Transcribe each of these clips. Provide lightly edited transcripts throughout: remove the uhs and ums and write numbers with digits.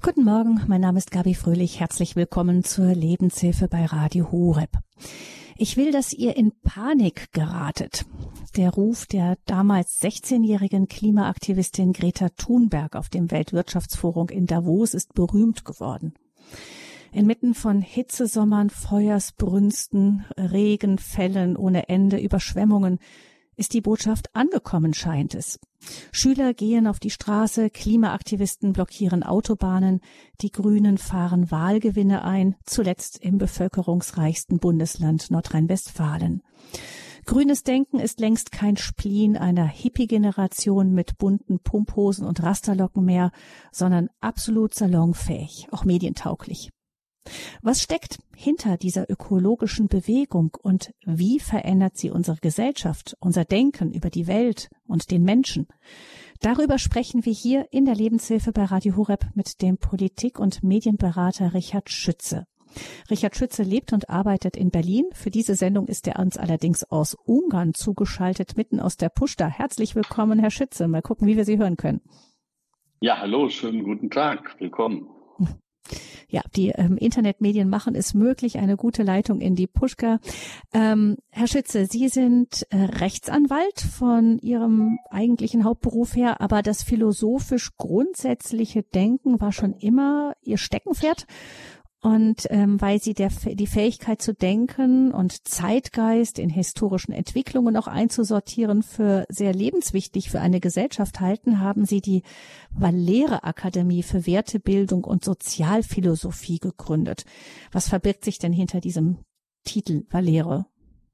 Guten Morgen, mein Name ist Gabi Fröhlich. Herzlich willkommen zur Lebenshilfe bei Radio Horeb. Ich will, dass ihr in Panik geratet. Der Ruf der damals 16-jährigen Klimaaktivistin Greta Thunberg auf dem Weltwirtschaftsforum in Davos ist berühmt geworden. Inmitten von Hitzesommern, Feuersbrünsten, Regenfällen ohne Ende, Überschwemmungen ist die Botschaft angekommen, scheint es. Schüler gehen auf die Straße, Klimaaktivisten blockieren Autobahnen, die Grünen fahren Wahlgewinne ein, zuletzt im bevölkerungsreichsten Bundesland Nordrhein-Westfalen. Grünes Denken ist längst kein Spleen einer Hippie-Generation mit bunten Pumphosen und Rasterlocken mehr, sondern absolut salonfähig, auch medientauglich. Was steckt hinter dieser ökologischen Bewegung und wie verändert sie unsere Gesellschaft, unser Denken über die Welt und den Menschen? Darüber sprechen wir hier in der Lebenshilfe bei Radio Horeb mit dem Politik- und Medienberater Richard Schütze. Richard Schütze lebt und arbeitet in Berlin. Für diese Sendung ist er uns allerdings aus Ungarn zugeschaltet, mitten aus der Puszta. Herzlich willkommen, Herr Schütze. Mal gucken, wie wir Sie hören können. Ja, hallo, schönen guten Tag. Willkommen. Ja, die Internetmedien machen es möglich, eine gute Leitung in die Puszta. Herr Schütze, Sie sind Rechtsanwalt von Ihrem eigentlichen Hauptberuf her, aber das philosophisch grundsätzliche Denken war schon immer Ihr Steckenpferd. Und weil Sie die Fähigkeit zu denken und Zeitgeist in historischen Entwicklungen auch einzusortieren für sehr lebenswichtig für eine Gesellschaft halten, haben Sie die Valere Akademie für Wertebildung und Sozialphilosophie gegründet. Was verbirgt sich denn hinter diesem Titel Valere?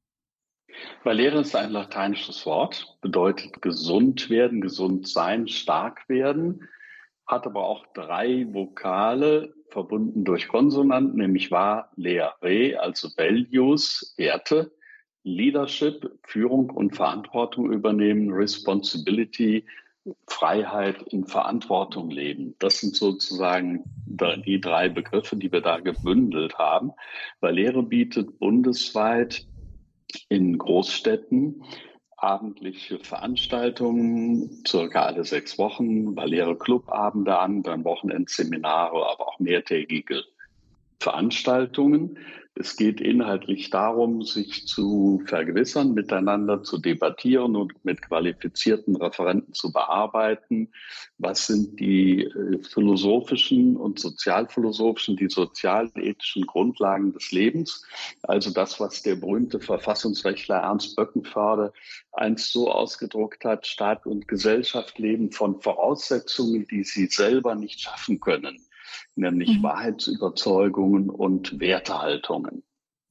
Valere ist ein lateinisches Wort, bedeutet gesund werden, gesund sein, stark werden, hat aber auch 3 Vokale, verbunden durch Konsonanten, nämlich Valere, also Values, Werte, Leadership, Führung und Verantwortung übernehmen, Responsibility, Freiheit in Verantwortung leben. Das sind sozusagen die 3 Begriffe, die wir da gebündelt haben. Valere bietet bundesweit in Großstädten abendliche Veranstaltungen, circa alle 6 Wochen, Valere Clubabende an, dann Wochenendseminare, aber auch mehrtägige Veranstaltungen. Es geht inhaltlich darum, sich zu vergewissern, miteinander zu debattieren und mit qualifizierten Referenten zu bearbeiten. Was sind die philosophischen und sozialphilosophischen, die sozialethischen Grundlagen des Lebens? Also das, was der berühmte Verfassungsrechtler Ernst Böckenförde einst so ausgedruckt hat: Staat und Gesellschaft leben von Voraussetzungen, die sie selber nicht schaffen können, nämlich Wahrheitsüberzeugungen und Wertehaltungen.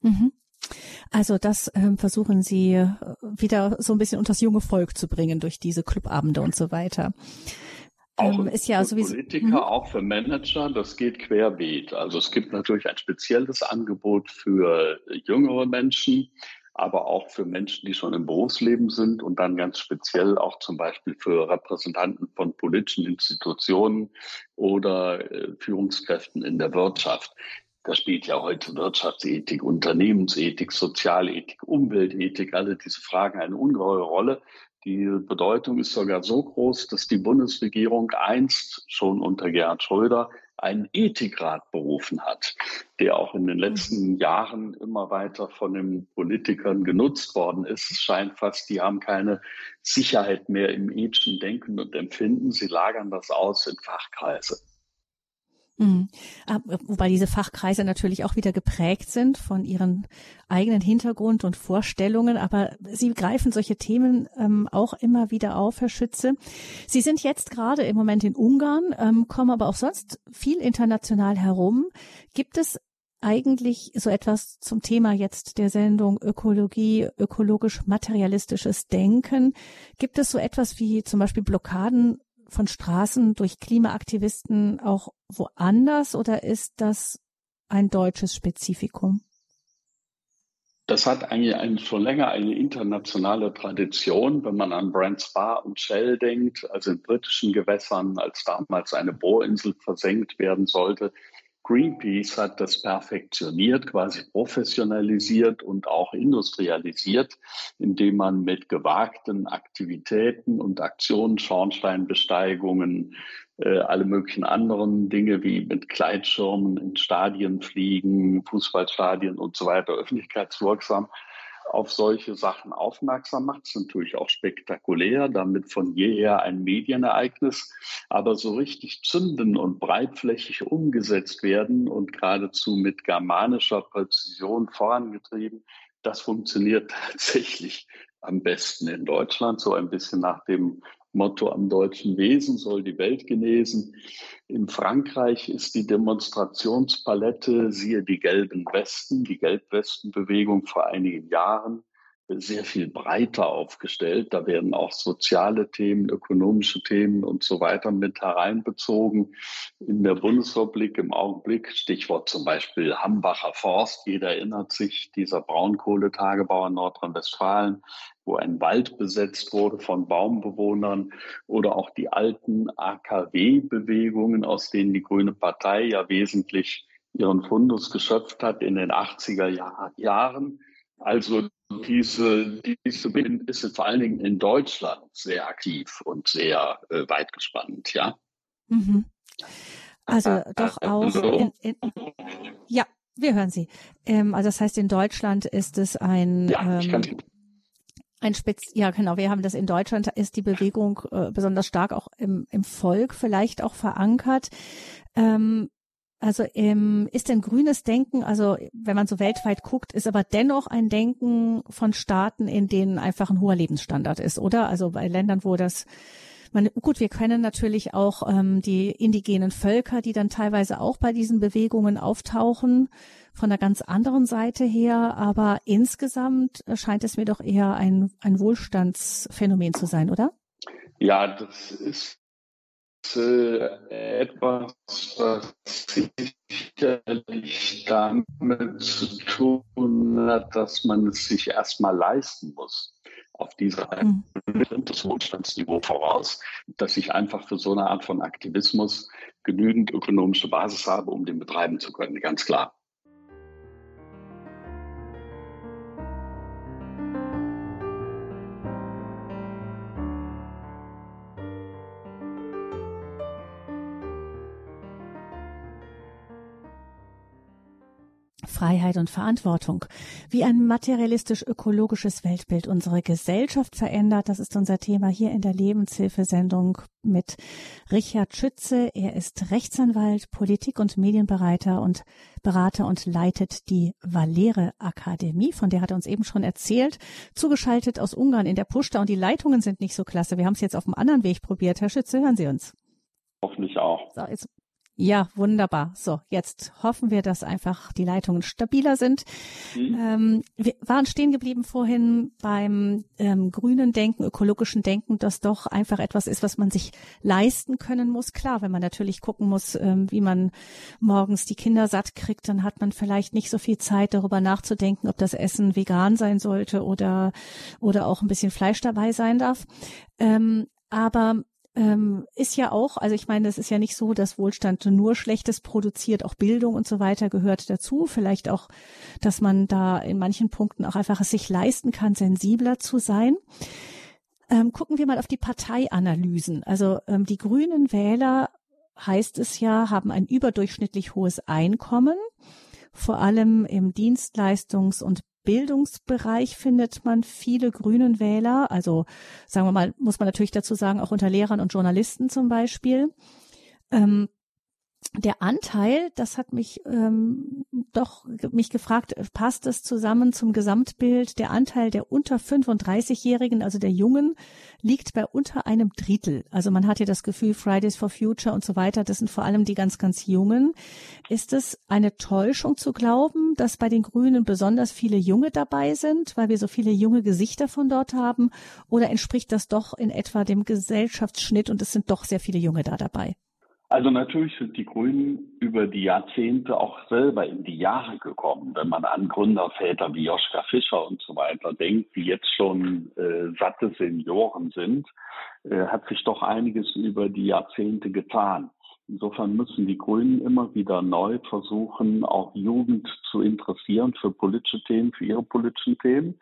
Also das versuchen Sie wieder so ein bisschen unters junge Volk zu bringen durch diese Clubabende und so weiter. Auch ist ja für sowieso Politiker, auch für Manager, das geht querbeet. Also es gibt natürlich ein spezielles Angebot für jüngere Menschen, aber auch für Menschen, die schon im Berufsleben sind und dann ganz speziell auch zum Beispiel für Repräsentanten von politischen Institutionen oder Führungskräften in der Wirtschaft. Da spielt ja heute Wirtschaftsethik, Unternehmensethik, Sozialethik, Umweltethik, alle diese Fragen eine ungeheure Rolle. Die Bedeutung ist sogar so groß, dass die Bundesregierung einst schon unter Gerhard Schröder einen Ethikrat berufen hat, der auch in den letzten Jahren immer weiter von den Politikern genutzt worden ist. Es scheint fast, die haben keine Sicherheit mehr im ethischen Denken und Empfinden. Sie lagern das aus in Fachkreise. Wobei diese Fachkreise natürlich auch wieder geprägt sind von ihren eigenen Hintergrund und Vorstellungen, aber Sie greifen solche Themen auch immer wieder auf, Herr Schütze. Sie sind jetzt gerade im Moment in Ungarn, kommen aber auch sonst viel international herum. Gibt es eigentlich so etwas zum Thema jetzt der Sendung Ökologie, ökologisch-materialistisches Denken? Gibt es so etwas wie zum Beispiel Blockaden von Straßen durch Klimaaktivisten auch woanders oder ist das ein deutsches Spezifikum? Das hat eigentlich schon länger eine internationale Tradition, wenn man an Brent Spar und Shell denkt, also in britischen Gewässern, als damals eine Bohrinsel versenkt werden sollte. Greenpeace hat das perfektioniert, quasi professionalisiert und auch industrialisiert, indem man mit gewagten Aktivitäten und Aktionen, Schornsteinbesteigungen, alle möglichen anderen Dinge wie mit Gleitschirmen in Stadien fliegen, Fußballstadien und so weiter, öffentlichkeitswirksam auf solche Sachen aufmerksam macht. Das ist natürlich auch spektakulär, damit von jeher ein Medienereignis, aber so richtig zünden und breitflächig umgesetzt werden und geradezu mit germanischer Präzision vorangetrieben, das funktioniert tatsächlich am besten in Deutschland, so ein bisschen nach dem Motto: am deutschen Wesen soll die Welt genesen. In Frankreich ist die Demonstrationspalette, siehe die gelben Westen, die Gelbwestenbewegung vor einigen Jahren, sehr viel breiter aufgestellt. Da werden auch soziale Themen, ökonomische Themen und so weiter mit hereinbezogen. In der Bundesrepublik im Augenblick, Stichwort zum Beispiel Hambacher Forst, jeder erinnert sich, dieser Braunkohletagebau in Nordrhein-Westfalen, wo ein Wald besetzt wurde von Baumbewohnern, oder auch die alten AKW-Bewegungen, aus denen die Grüne Partei ja wesentlich ihren Fundus geschöpft hat in den 80er Jahren. Also diese Bewegung ist vor allen Dingen in Deutschland sehr aktiv und sehr weit gespannt, ja. Mhm. Also doch auch ja, wir hören Sie. Also das heißt, in Deutschland ist es ja, genau. Wir haben das in Deutschland, ist die Bewegung besonders stark auch im Volk vielleicht auch verankert. Ist denn grünes Denken, also wenn man so weltweit guckt, ist aber dennoch ein Denken von Staaten, in denen einfach ein hoher Lebensstandard ist, oder? Also bei Ländern, wo wir kennen natürlich auch die indigenen Völker, die dann teilweise auch bei diesen Bewegungen auftauchen, von einer ganz anderen Seite her. Aber insgesamt scheint es mir doch eher ein Wohlstandsphänomen zu sein, oder? Ja, das ist etwas, was sicherlich damit zu tun hat, dass man es sich erstmal leisten muss. Auf diese Art das Wohlstandsniveau voraus, dass ich einfach für so eine Art von Aktivismus genügend ökonomische Basis habe, um den betreiben zu können, ganz klar. Freiheit und Verantwortung. Wie ein materialistisch-ökologisches Weltbild unsere Gesellschaft verändert, das ist unser Thema hier in der Lebenshilfesendung mit Richard Schütze. Er ist Rechtsanwalt, Politik- und Medienberater und leitet die Valere Akademie, von der hat er uns eben schon erzählt. Zugeschaltet aus Ungarn in der Puszta, und die Leitungen sind nicht so klasse. Wir haben es jetzt auf einem anderen Weg probiert. Herr Schütze, hören Sie uns? Hoffentlich auch. So, ja, wunderbar. So, jetzt hoffen wir, dass einfach die Leitungen stabiler sind. Wir waren stehen geblieben vorhin beim grünen Denken, ökologischen Denken, das doch einfach etwas ist, was man sich leisten können muss. Klar, wenn man natürlich gucken muss, wie man morgens die Kinder satt kriegt, dann hat man vielleicht nicht so viel Zeit, darüber nachzudenken, ob das Essen vegan sein sollte oder auch ein bisschen Fleisch dabei sein darf. Aber ist ja auch, also ich meine, es ist ja nicht so, dass Wohlstand nur Schlechtes produziert, auch Bildung und so weiter gehört dazu. Vielleicht auch, dass man da in manchen Punkten auch einfach es sich leisten kann, sensibler zu sein. Gucken wir mal auf die Parteianalysen. Also die grünen Wähler, heißt es ja, haben ein überdurchschnittlich hohes Einkommen. Vor allem im Dienstleistungs- und Bildungsbereich findet man viele grünen Wähler, also sagen wir mal, muss man natürlich dazu sagen, auch unter Lehrern und Journalisten zum Beispiel. Der Anteil, das hat mich mich gefragt, passt es zusammen zum Gesamtbild? Der Anteil der unter 35-Jährigen, also der Jungen, liegt bei unter einem Drittel. Also man hat ja das Gefühl, Fridays for Future und so weiter, das sind vor allem die ganz, ganz Jungen. Ist es eine Täuschung zu glauben, dass bei den Grünen besonders viele Junge dabei sind, weil wir so viele junge Gesichter von dort haben? Oder entspricht das doch in etwa dem Gesellschaftsschnitt und es sind doch sehr viele Junge da dabei? Also natürlich sind die Grünen über die Jahrzehnte auch selber in die Jahre gekommen. Wenn man an Gründerväter wie Joschka Fischer und so weiter denkt, die jetzt schon satte Senioren sind, hat sich doch einiges über die Jahrzehnte getan. Insofern müssen die Grünen immer wieder neu versuchen, auch Jugend zu interessieren für politische Themen, für ihre politischen Themen.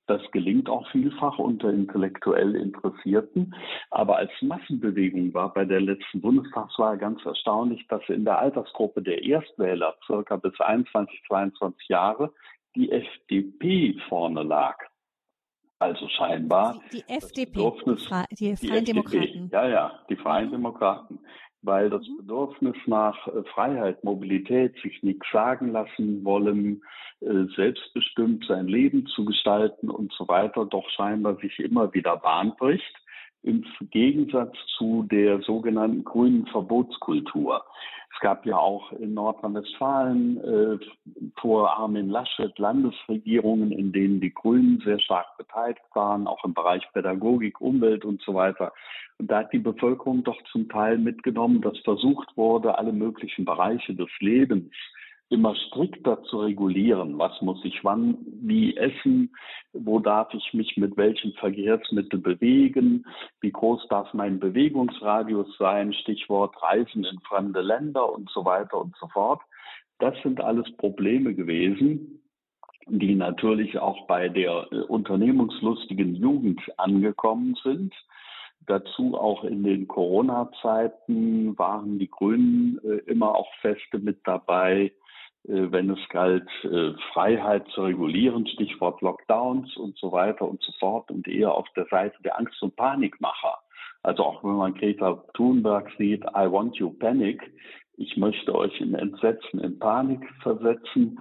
Das gelingt auch vielfach unter intellektuell Interessierten. Aber als Massenbewegung war bei der letzten Bundestagswahl ganz erstaunlich, dass in der Altersgruppe der Erstwähler, circa bis 21, 22 Jahre, die FDP vorne lag. Also scheinbar die FDP, die Freien Demokraten. Ja, die Freien Demokraten. Weil das Bedürfnis nach Freiheit, Mobilität, sich nichts sagen lassen wollen, selbstbestimmt sein Leben zu gestalten und so weiter, doch scheinbar sich immer wieder Bahn bricht, im Gegensatz zu der sogenannten grünen Verbotskultur. Es gab ja auch in Nordrhein-Westfalen vor Armin Laschet Landesregierungen, in denen die Grünen sehr stark beteiligt waren, auch im Bereich Pädagogik, Umwelt und so weiter. Und da hat die Bevölkerung doch zum Teil mitgenommen, dass versucht wurde, alle möglichen Bereiche des Lebens immer strikter zu regulieren. Was muss ich wann, wie essen? Wo darf ich mich mit welchen Verkehrsmitteln bewegen? Wie groß darf mein Bewegungsradius sein? Stichwort Reisen in fremde Länder und so weiter und so fort. Das sind alles Probleme gewesen, die natürlich auch bei der unternehmungslustigen Jugend angekommen sind. Dazu auch in den Corona-Zeiten waren die Grünen immer auch feste mit dabei, wenn es galt, Freiheit zu regulieren, Stichwort Lockdowns und so weiter und so fort, und eher auf der Seite der Angst- und Panikmacher. Also auch wenn man Greta Thunberg sieht, I want you panic, ich möchte euch in Entsetzen, in Panik versetzen.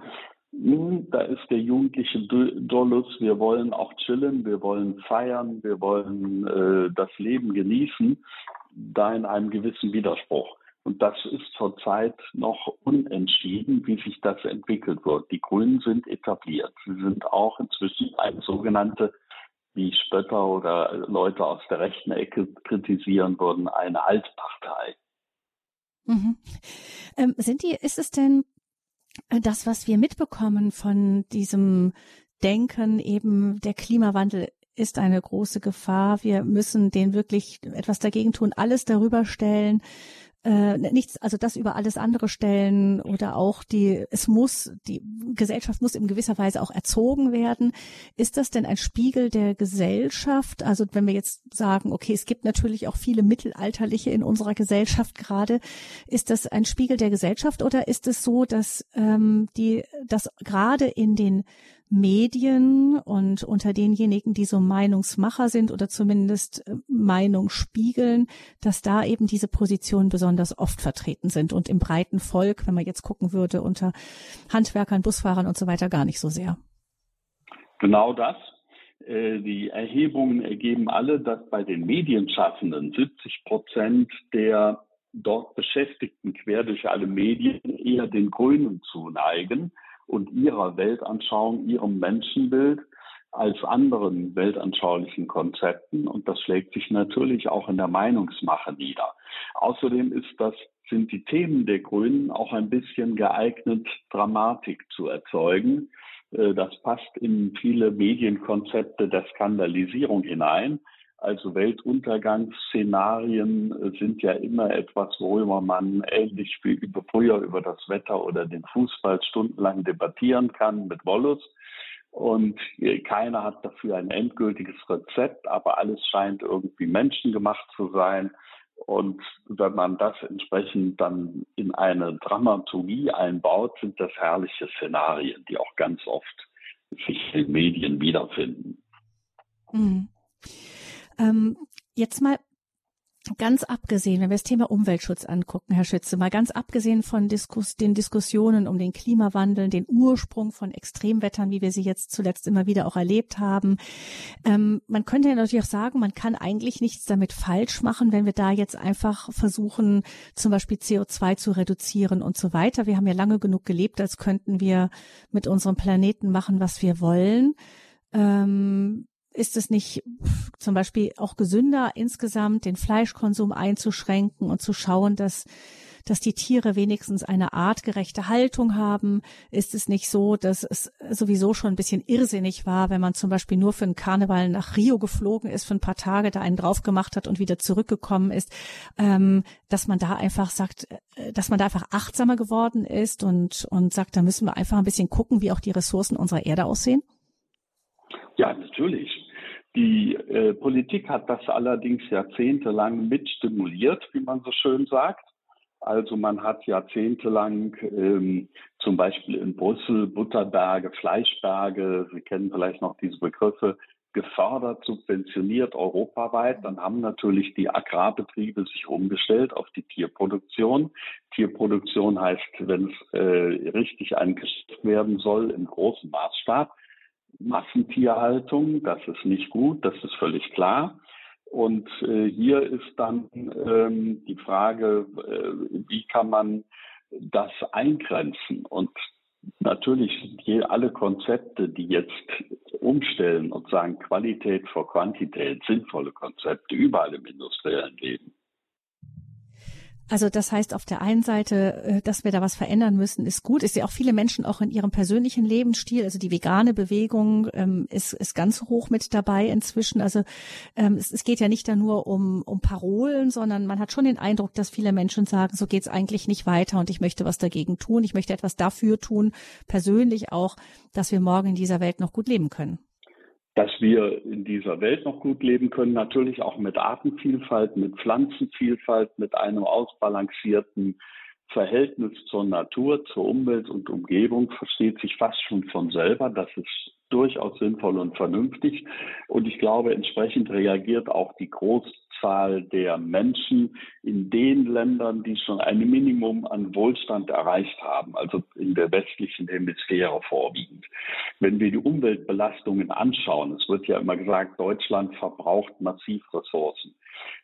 Da ist der jugendliche Dolus, wir wollen auch chillen, wir wollen feiern, wir wollen das Leben genießen, da in einem gewissen Widerspruch. Und das ist zurzeit noch unentschieden, wie sich das entwickelt wird. Die Grünen sind etabliert. Sie sind auch inzwischen eine sogenannte, wie Spötter oder Leute aus der rechten Ecke kritisieren würden, eine Altpartei. Mhm. Ist es denn das, was wir mitbekommen von diesem Denken, eben der Klimawandel ist eine große Gefahr, wir müssen den wirklich etwas dagegen tun, alles darüber stellen, nichts, also das über alles andere stellen, oder auch die Gesellschaft muss in gewisser Weise auch erzogen werden. Ist das denn ein Spiegel der Gesellschaft? Also wenn wir jetzt sagen, okay, es gibt natürlich auch viele Mittelalterliche in unserer Gesellschaft gerade, ist das ein Spiegel der Gesellschaft, oder ist es so, dass dass gerade in den Medien und unter denjenigen, die so Meinungsmacher sind oder zumindest Meinung spiegeln, dass da eben diese Positionen besonders oft vertreten sind und im breiten Volk, wenn man jetzt gucken würde, unter Handwerkern, Busfahrern und so weiter gar nicht so sehr? Genau das. Die Erhebungen ergeben alle, dass bei den Medienschaffenden 70% der dort Beschäftigten quer durch alle Medien eher den Grünen zuneigen und ihrer Weltanschauung, ihrem Menschenbild als anderen weltanschaulichen Konzepten. Und das schlägt sich natürlich auch in der Meinungsmache nieder. Außerdem sind die Themen der Grünen auch ein bisschen geeignet, Dramatik zu erzeugen. Das passt in viele Medienkonzepte der Skandalisierung hinein. Also Weltuntergangsszenarien sind ja immer etwas, worüber man ähnlich wie früher über das Wetter oder den Fußball stundenlang debattieren kann mit Wollust. Und keiner hat dafür ein endgültiges Rezept, aber alles scheint irgendwie menschengemacht zu sein. Und wenn man das entsprechend dann in eine Dramaturgie einbaut, sind das herrliche Szenarien, die auch ganz oft sich in Medien wiederfinden. Mhm. Jetzt mal ganz abgesehen, wenn wir das Thema Umweltschutz angucken, Herr Schütze, mal ganz abgesehen von den Diskussionen um den Klimawandel, den Ursprung von Extremwettern, wie wir sie jetzt zuletzt immer wieder auch erlebt haben. Man könnte ja natürlich auch sagen, man kann eigentlich nichts damit falsch machen, wenn wir da jetzt einfach versuchen, zum Beispiel CO2 zu reduzieren und so weiter. Wir haben ja lange genug gelebt, als könnten wir mit unserem Planeten machen, was wir wollen. Ist es nicht zum Beispiel auch gesünder, insgesamt den Fleischkonsum einzuschränken und zu schauen, dass die Tiere wenigstens eine artgerechte Haltung haben? Ist es nicht so, dass es sowieso schon ein bisschen irrsinnig war, wenn man zum Beispiel nur für einen Karneval nach Rio geflogen ist, für ein paar Tage da einen drauf gemacht hat und wieder zurückgekommen ist, dass man da einfach sagt, dass man da einfach achtsamer geworden ist und sagt, da müssen wir einfach ein bisschen gucken, wie auch die Ressourcen unserer Erde aussehen? Ja, natürlich. Die Politik hat das allerdings jahrzehntelang mitstimuliert, wie man so schön sagt. Also man hat jahrzehntelang zum Beispiel in Brüssel Butterberge, Fleischberge, Sie kennen vielleicht noch diese Begriffe, gefördert, subventioniert europaweit. Dann haben natürlich die Agrarbetriebe sich umgestellt auf die Tierproduktion. Tierproduktion heißt, wenn es richtig ein Geschäft werden soll, im großen Maßstab. Massentierhaltung, das ist nicht gut, das ist völlig klar. Und hier ist dann die Frage, wie kann man das eingrenzen? Und natürlich alle Konzepte, die jetzt umstellen und sagen Qualität vor Quantität, sinnvolle Konzepte überall im industriellen Leben. Also das heißt auf der einen Seite, dass wir da was verändern müssen, ist gut. Ich sehe auch viele Menschen auch in ihrem persönlichen Lebensstil, also die vegane Bewegung ist ganz hoch mit dabei inzwischen. Also es geht ja nicht da nur um Parolen, sondern man hat schon den Eindruck, dass viele Menschen sagen, so geht's eigentlich nicht weiter und ich möchte was dagegen tun. Ich möchte etwas dafür tun, persönlich auch, dass wir morgen in dieser Welt noch gut leben können. Dass wir in dieser Welt noch gut leben können, natürlich auch mit Artenvielfalt, mit Pflanzenvielfalt, mit einem ausbalancierten Verhältnis zur Natur, zur Umwelt und Umgebung, versteht sich fast schon von selber. Das ist durchaus sinnvoll und vernünftig. Und ich glaube, entsprechend reagiert auch die Großzahl der Menschen in den Ländern, die schon ein Minimum an Wohlstand erreicht haben, also in der westlichen Hemisphäre vorwiegend. Wenn wir die Umweltbelastungen anschauen, es wird ja immer gesagt, Deutschland verbraucht massiv Ressourcen.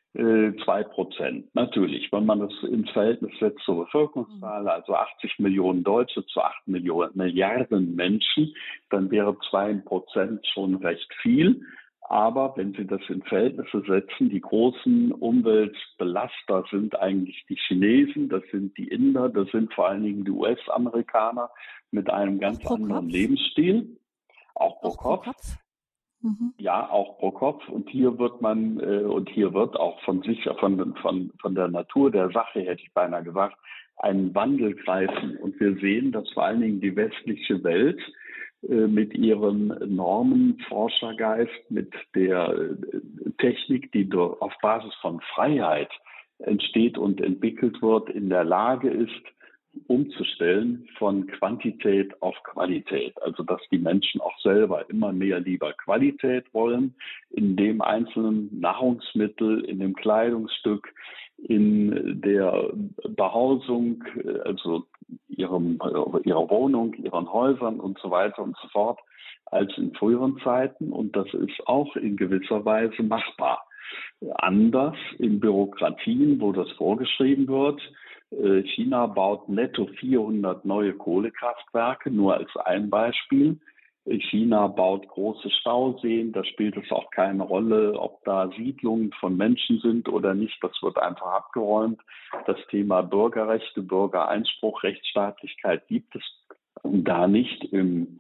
2%. Natürlich, wenn man das ins Verhältnis setzt zur Bevölkerungszahl, also 80 Millionen Deutsche zu 8 Milliarden Menschen, dann wäre 2% schon recht viel. Aber wenn Sie das in Verhältnisse setzen, die großen Umweltbelaster sind eigentlich die Chinesen, das sind die Inder, das sind vor allen Dingen die US-Amerikaner mit einem ganz anderen Lebensstil, auch pro Kopf. Ja, auch pro Kopf. Und hier wird auch von der Natur der Sache, hätte ich beinahe gesagt, einen Wandel greifen. Und wir sehen, dass vor allen Dingen die westliche Welt mit ihrem Normenforschergeist, mit der Technik, die auf Basis von Freiheit entsteht und entwickelt wird, in der Lage ist, umzustellen von Quantität auf Qualität. Also dass die Menschen auch selber immer mehr lieber Qualität wollen in dem einzelnen Nahrungsmittel, in dem Kleidungsstück, in der Behausung, also ihrer Wohnung, ihren Häusern und so weiter und so fort, als in früheren Zeiten. Und das ist auch in gewisser Weise machbar. Anders in Bürokratien, wo das vorgeschrieben wird. China baut netto 400 neue Kohlekraftwerke, nur als ein Beispiel. China baut große Stauseen, da spielt es auch keine Rolle, ob da Siedlungen von Menschen sind oder nicht, das wird einfach abgeräumt. Das Thema Bürgerrechte, Bürgereinspruch, Rechtsstaatlichkeit gibt es da nicht im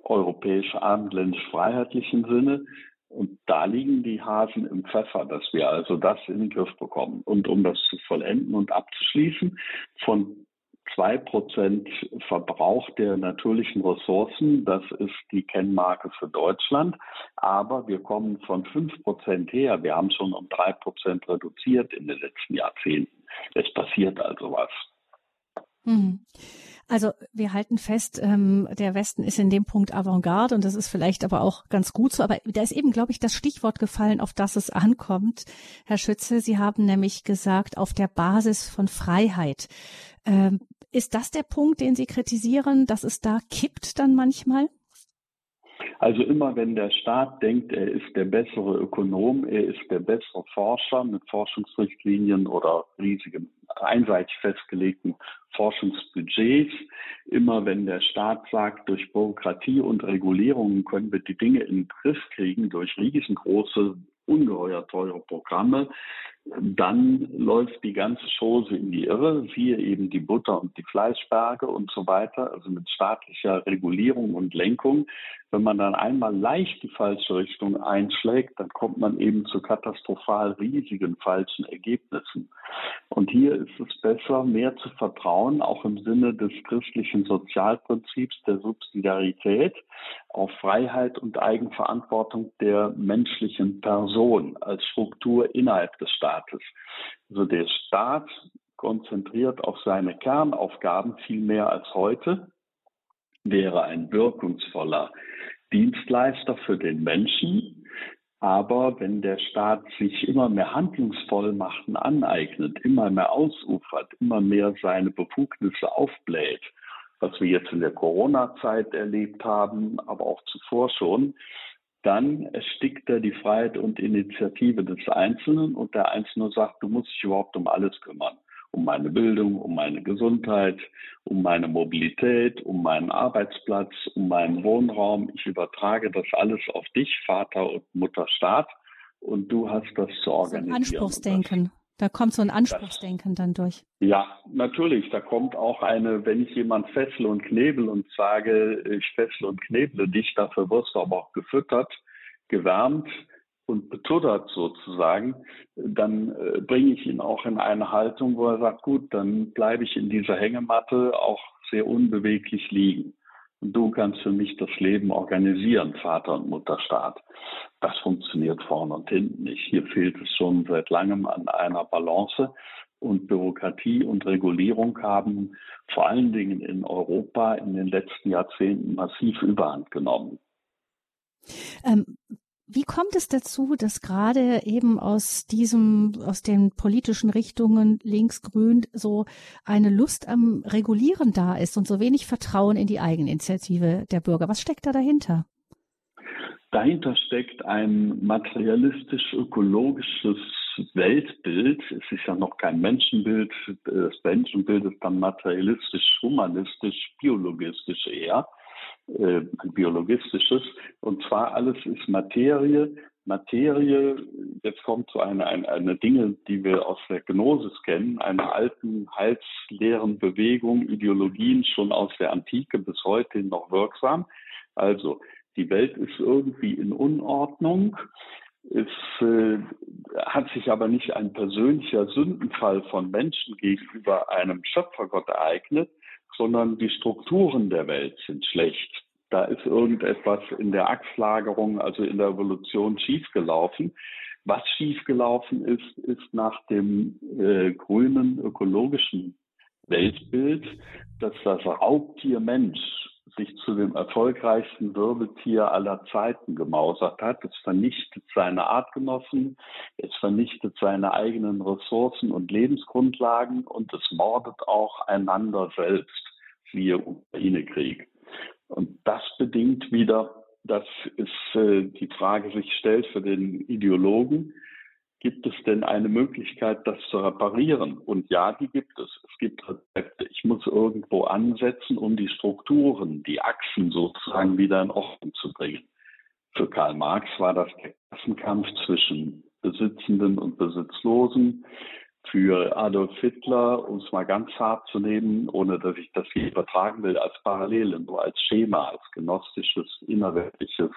europäisch-abendländisch-freiheitlichen Sinne. Und da liegen die Hasen im Pfeffer, dass wir also das in den Griff bekommen. Und um das zu vollenden und abzuschließen, von 2% Verbrauch der natürlichen Ressourcen, das ist die Kennmarke für Deutschland. Aber wir kommen von 5% her. Wir haben schon um 3% reduziert in den letzten Jahrzehnten. Es passiert also was. Also wir halten fest, der Westen ist in dem Punkt Avantgarde und das ist vielleicht aber auch ganz gut so. Aber da ist eben, glaube ich, das Stichwort gefallen, auf das es ankommt. Herr Schütze, Sie haben nämlich gesagt, auf der Basis von Freiheit. Ist das der Punkt, den Sie kritisieren, dass es da kippt dann manchmal? Also immer wenn der Staat denkt, er ist der bessere Ökonom, er ist der bessere Forscher mit Forschungsrichtlinien oder riesigen, einseitig festgelegten Forschungsbudgets, immer wenn der Staat sagt, durch Bürokratie und Regulierungen können wir die Dinge in den Griff kriegen, durch riesengroße, ungeheuer teure Programme, dann läuft die ganze Chose in die Irre, siehe eben die Butter- und die Fleischberge und so weiter, also mit staatlicher Regulierung und Lenkung Wenn man dann einmal leicht die falsche Richtung einschlägt, dann kommt man eben zu katastrophal riesigen falschen Ergebnissen. Und hier ist es besser, mehr zu vertrauen, auch im Sinne des christlichen Sozialprinzips der Subsidiarität, auf Freiheit und Eigenverantwortung der menschlichen Person als Struktur innerhalb des Staates. Also der Staat konzentriert auf seine Kernaufgaben viel mehr als heute, wäre ein wirkungsvoller Dienstleister für den Menschen. Aber wenn der Staat sich immer mehr Handlungsvollmachten aneignet, immer mehr ausufert, immer mehr seine Befugnisse aufbläht, was wir jetzt in der Corona-Zeit erlebt haben, aber auch zuvor schon, dann erstickt er die Freiheit und Initiative des Einzelnen und der Einzelne sagt, du musst dich überhaupt um alles kümmern. Um meine Bildung, um meine Gesundheit, um meine Mobilität, um meinen Arbeitsplatz, um meinen Wohnraum. Ich übertrage das alles auf dich, Vater und Mutter Staat, und du hast das zu organisieren. So ein Anspruchsdenken. Da kommt so ein Anspruchsdenken dann durch. Ja, natürlich. Da kommt auch wenn ich jemand fessle und knebel und sage, ich fessle und kneble dich, dafür wirst du aber auch gefüttert, gewärmt und betuttert sozusagen, dann bringe ich ihn auch in eine Haltung, wo er sagt, gut, dann bleibe ich in dieser Hängematte auch sehr unbeweglich liegen. Und du kannst für mich das Leben organisieren, Vater und Mutterstaat. Das funktioniert vorne und hinten nicht. Hier fehlt es schon seit langem an einer Balance. Und Bürokratie und Regulierung haben vor allen Dingen in Europa in den letzten Jahrzehnten massiv Überhand genommen. Wie kommt es dazu, dass gerade eben aus den politischen Richtungen links-grün so eine Lust am Regulieren da ist und so wenig Vertrauen in die Eigeninitiative der Bürger? Was steckt da dahinter? Dahinter steckt ein materialistisch-ökologisches Weltbild. Es ist ja noch kein Menschenbild. Das Menschenbild ist dann materialistisch-humanistisch, biologistisch eher. Ein biologistisches, und zwar alles ist Materie. Materie, jetzt kommt so eine Dinge, die wir aus der Gnosis kennen, einer alten heilsleeren Bewegung, Ideologien schon aus der Antike bis heute noch wirksam. Also die Welt ist irgendwie in Unordnung. Es hat sich aber nicht ein persönlicher Sündenfall von Menschen gegenüber einem Schöpfergott ereignet, sondern die Strukturen der Welt sind schlecht. Da ist irgendetwas in der Achslagerung, also in der Evolution, schiefgelaufen. Was schiefgelaufen ist, ist nach dem grünen ökologischen Weltbild, dass das Raubtier Mensch sich zu dem erfolgreichsten Wirbeltier aller Zeiten gemausert hat. Es vernichtet seine Artgenossen, es vernichtet seine eigenen Ressourcen und Lebensgrundlagen und es mordet auch einander selbst, siehe Ukraine-Krieg. Und das bedingt wieder, dass es die Frage sich stellt für den Ideologen, gibt es denn eine Möglichkeit, das zu reparieren? Und ja, die gibt es. Es gibt Rezepte. Ich muss irgendwo ansetzen, um die Strukturen, die Achsen sozusagen wieder in Ordnung zu bringen. Für Karl Marx war das der Klassenkampf zwischen Besitzenden und Besitzlosen. Für Adolf Hitler, um es mal ganz hart zu nehmen, ohne dass ich das hier übertragen will, als Parallele, nur als Schema, als gnostisches, innerweltliches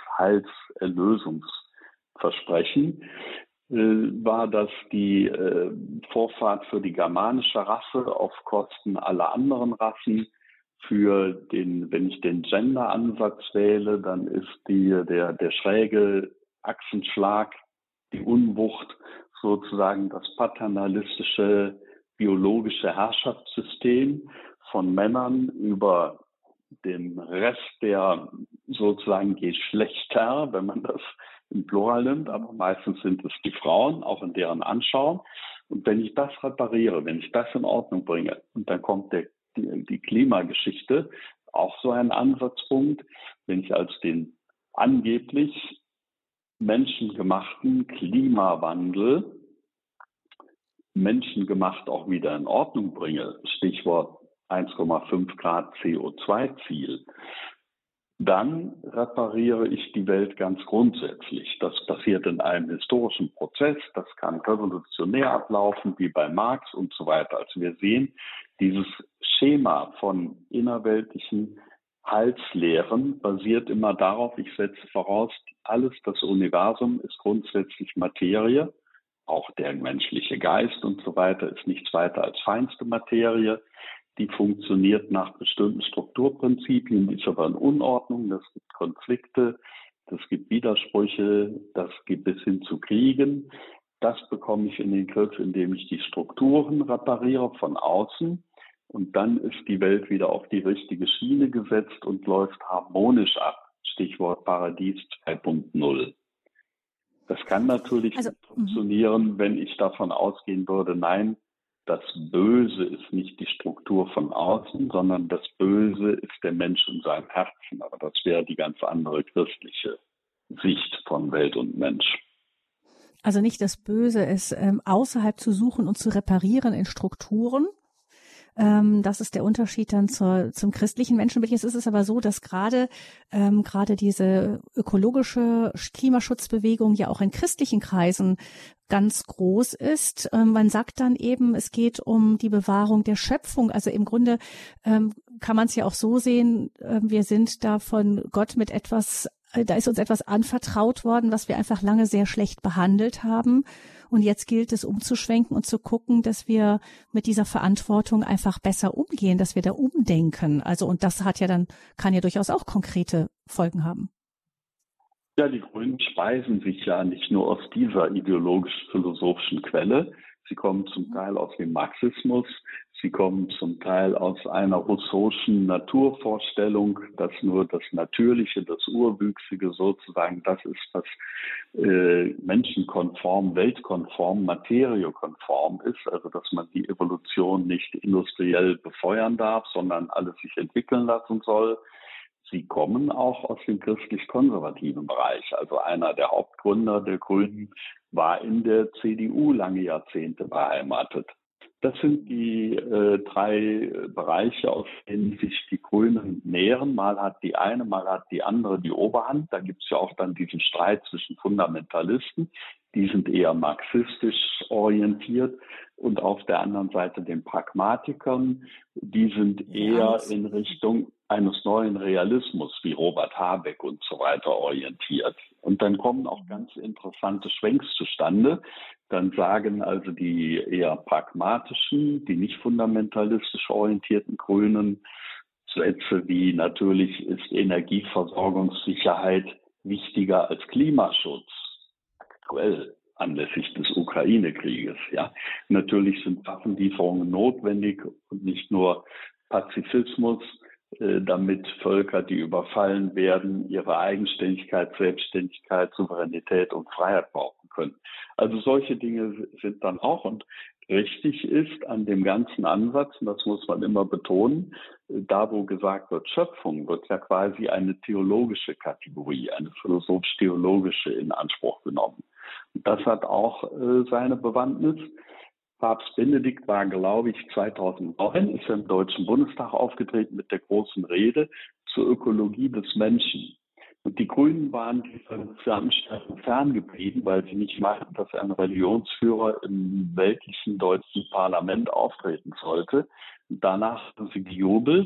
Heilserlösungsversprechen, war das die Vorfahrt für die germanische Rasse auf Kosten aller anderen Rassen. Wenn ich den Gender-Ansatz wähle, dann ist der schräge Achsenschlag, die Unwucht, sozusagen das paternalistische biologische Herrschaftssystem von Männern über den Rest der sozusagen Geschlechter, wenn man das im Plural nimmt, aber meistens sind es die Frauen, auch in deren Anschauung. Und wenn ich das repariere, wenn ich das in Ordnung bringe, und dann kommt die Klimageschichte, auch so ein Ansatzpunkt, wenn ich als den angeblich menschengemachten Klimawandel menschengemacht auch wieder in Ordnung bringe, Stichwort 1,5 Grad CO2-Ziel, dann repariere ich die Welt ganz grundsätzlich. Das passiert in einem historischen Prozess, das kann revolutionär ablaufen, wie bei Marx und so weiter. Also wir sehen, dieses Schema von innerweltlichen Heilslehren basiert immer darauf, ich setze voraus, alles, das Universum ist grundsätzlich Materie, auch der menschliche Geist und so weiter ist nichts weiter als feinste Materie. Die funktioniert nach bestimmten Strukturprinzipien, ist aber in Unordnung, das gibt Konflikte, das gibt Widersprüche, das gibt bis hin zu Kriegen. Das bekomme ich in den Griff, indem ich die Strukturen repariere von außen. Und dann ist die Welt wieder auf die richtige Schiene gesetzt und läuft harmonisch ab. Stichwort Paradies 2.0. Das kann natürlich nicht funktionieren, wenn ich davon ausgehen würde, nein, das Böse ist nicht die Struktur von außen, sondern das Böse ist der Mensch in seinem Herzen. Aber das wäre die ganz andere christliche Sicht von Welt und Mensch. Also nicht das Böse ist außerhalb zu suchen und zu reparieren in Strukturen. Das ist der Unterschied dann zum christlichen Menschenbild. Jetzt ist es aber so, dass gerade diese ökologische Klimaschutzbewegung ja auch in christlichen Kreisen ganz groß ist. Man sagt dann eben, es geht um die Bewahrung der Schöpfung. Also im Grunde kann man es ja auch so sehen, wir sind da von Gott mit etwas, da ist uns etwas anvertraut worden, was wir einfach lange sehr schlecht behandelt haben. Und jetzt gilt es umzuschwenken und zu gucken, dass wir mit dieser Verantwortung einfach besser umgehen, dass wir da umdenken. Also, und das kann ja durchaus auch konkrete Folgen haben. Ja, die Grünen speisen sich ja nicht nur aus dieser ideologisch-philosophischen Quelle. Sie kommen zum Teil aus dem Marxismus. Sie kommen zum Teil aus einer russischen Naturvorstellung, dass nur das Natürliche, das Urwüchsige sozusagen das ist, was menschenkonform, weltkonform, materiekonform ist. Also dass man die Evolution nicht industriell befeuern darf, sondern alles sich entwickeln lassen soll. Sie kommen auch aus dem christlich-konservativen Bereich. Also einer der Hauptgründer der Grünen war in der CDU lange Jahrzehnte beheimatet. Das sind die drei Bereiche, aus denen sich die Grünen nähren. Mal hat die eine, mal hat die andere die Oberhand. Da gibt es ja auch dann diesen Streit zwischen Fundamentalisten. Die sind eher marxistisch orientiert. Und auf der anderen Seite den Pragmatikern. Die sind eher in Richtung eines neuen Realismus wie Robert Habeck und so weiter orientiert. Und dann kommen auch ganz interessante Schwenks zustande. Dann sagen also die eher pragmatischen, die nicht fundamentalistisch orientierten Grünen Sätze wie natürlich ist Energieversorgungssicherheit wichtiger als Klimaschutz. Aktuell anlässlich des Ukraine-Krieges. Ja, natürlich sind Waffenlieferungen notwendig und nicht nur Pazifismus, damit Völker, die überfallen werden, ihre Eigenständigkeit, Selbstständigkeit, Souveränität und Freiheit brauchen können. Also solche Dinge sind dann auch und richtig ist an dem ganzen Ansatz, und das muss man immer betonen, da wo gesagt wird Schöpfung, wird ja quasi eine theologische Kategorie, eine philosophisch-theologische in Anspruch genommen. Und das hat auch seine Bewandtnis. Papst Benedikt war, glaube ich, 2009, ist er im Deutschen Bundestag aufgetreten mit der großen Rede zur Ökologie des Menschen. Und die Grünen waren dieser Veranstaltung ferngeblieben, weil sie nicht meinten, dass ein Religionsführer im weltlichen deutschen Parlament auftreten sollte. Und danach haben sie gejubelt,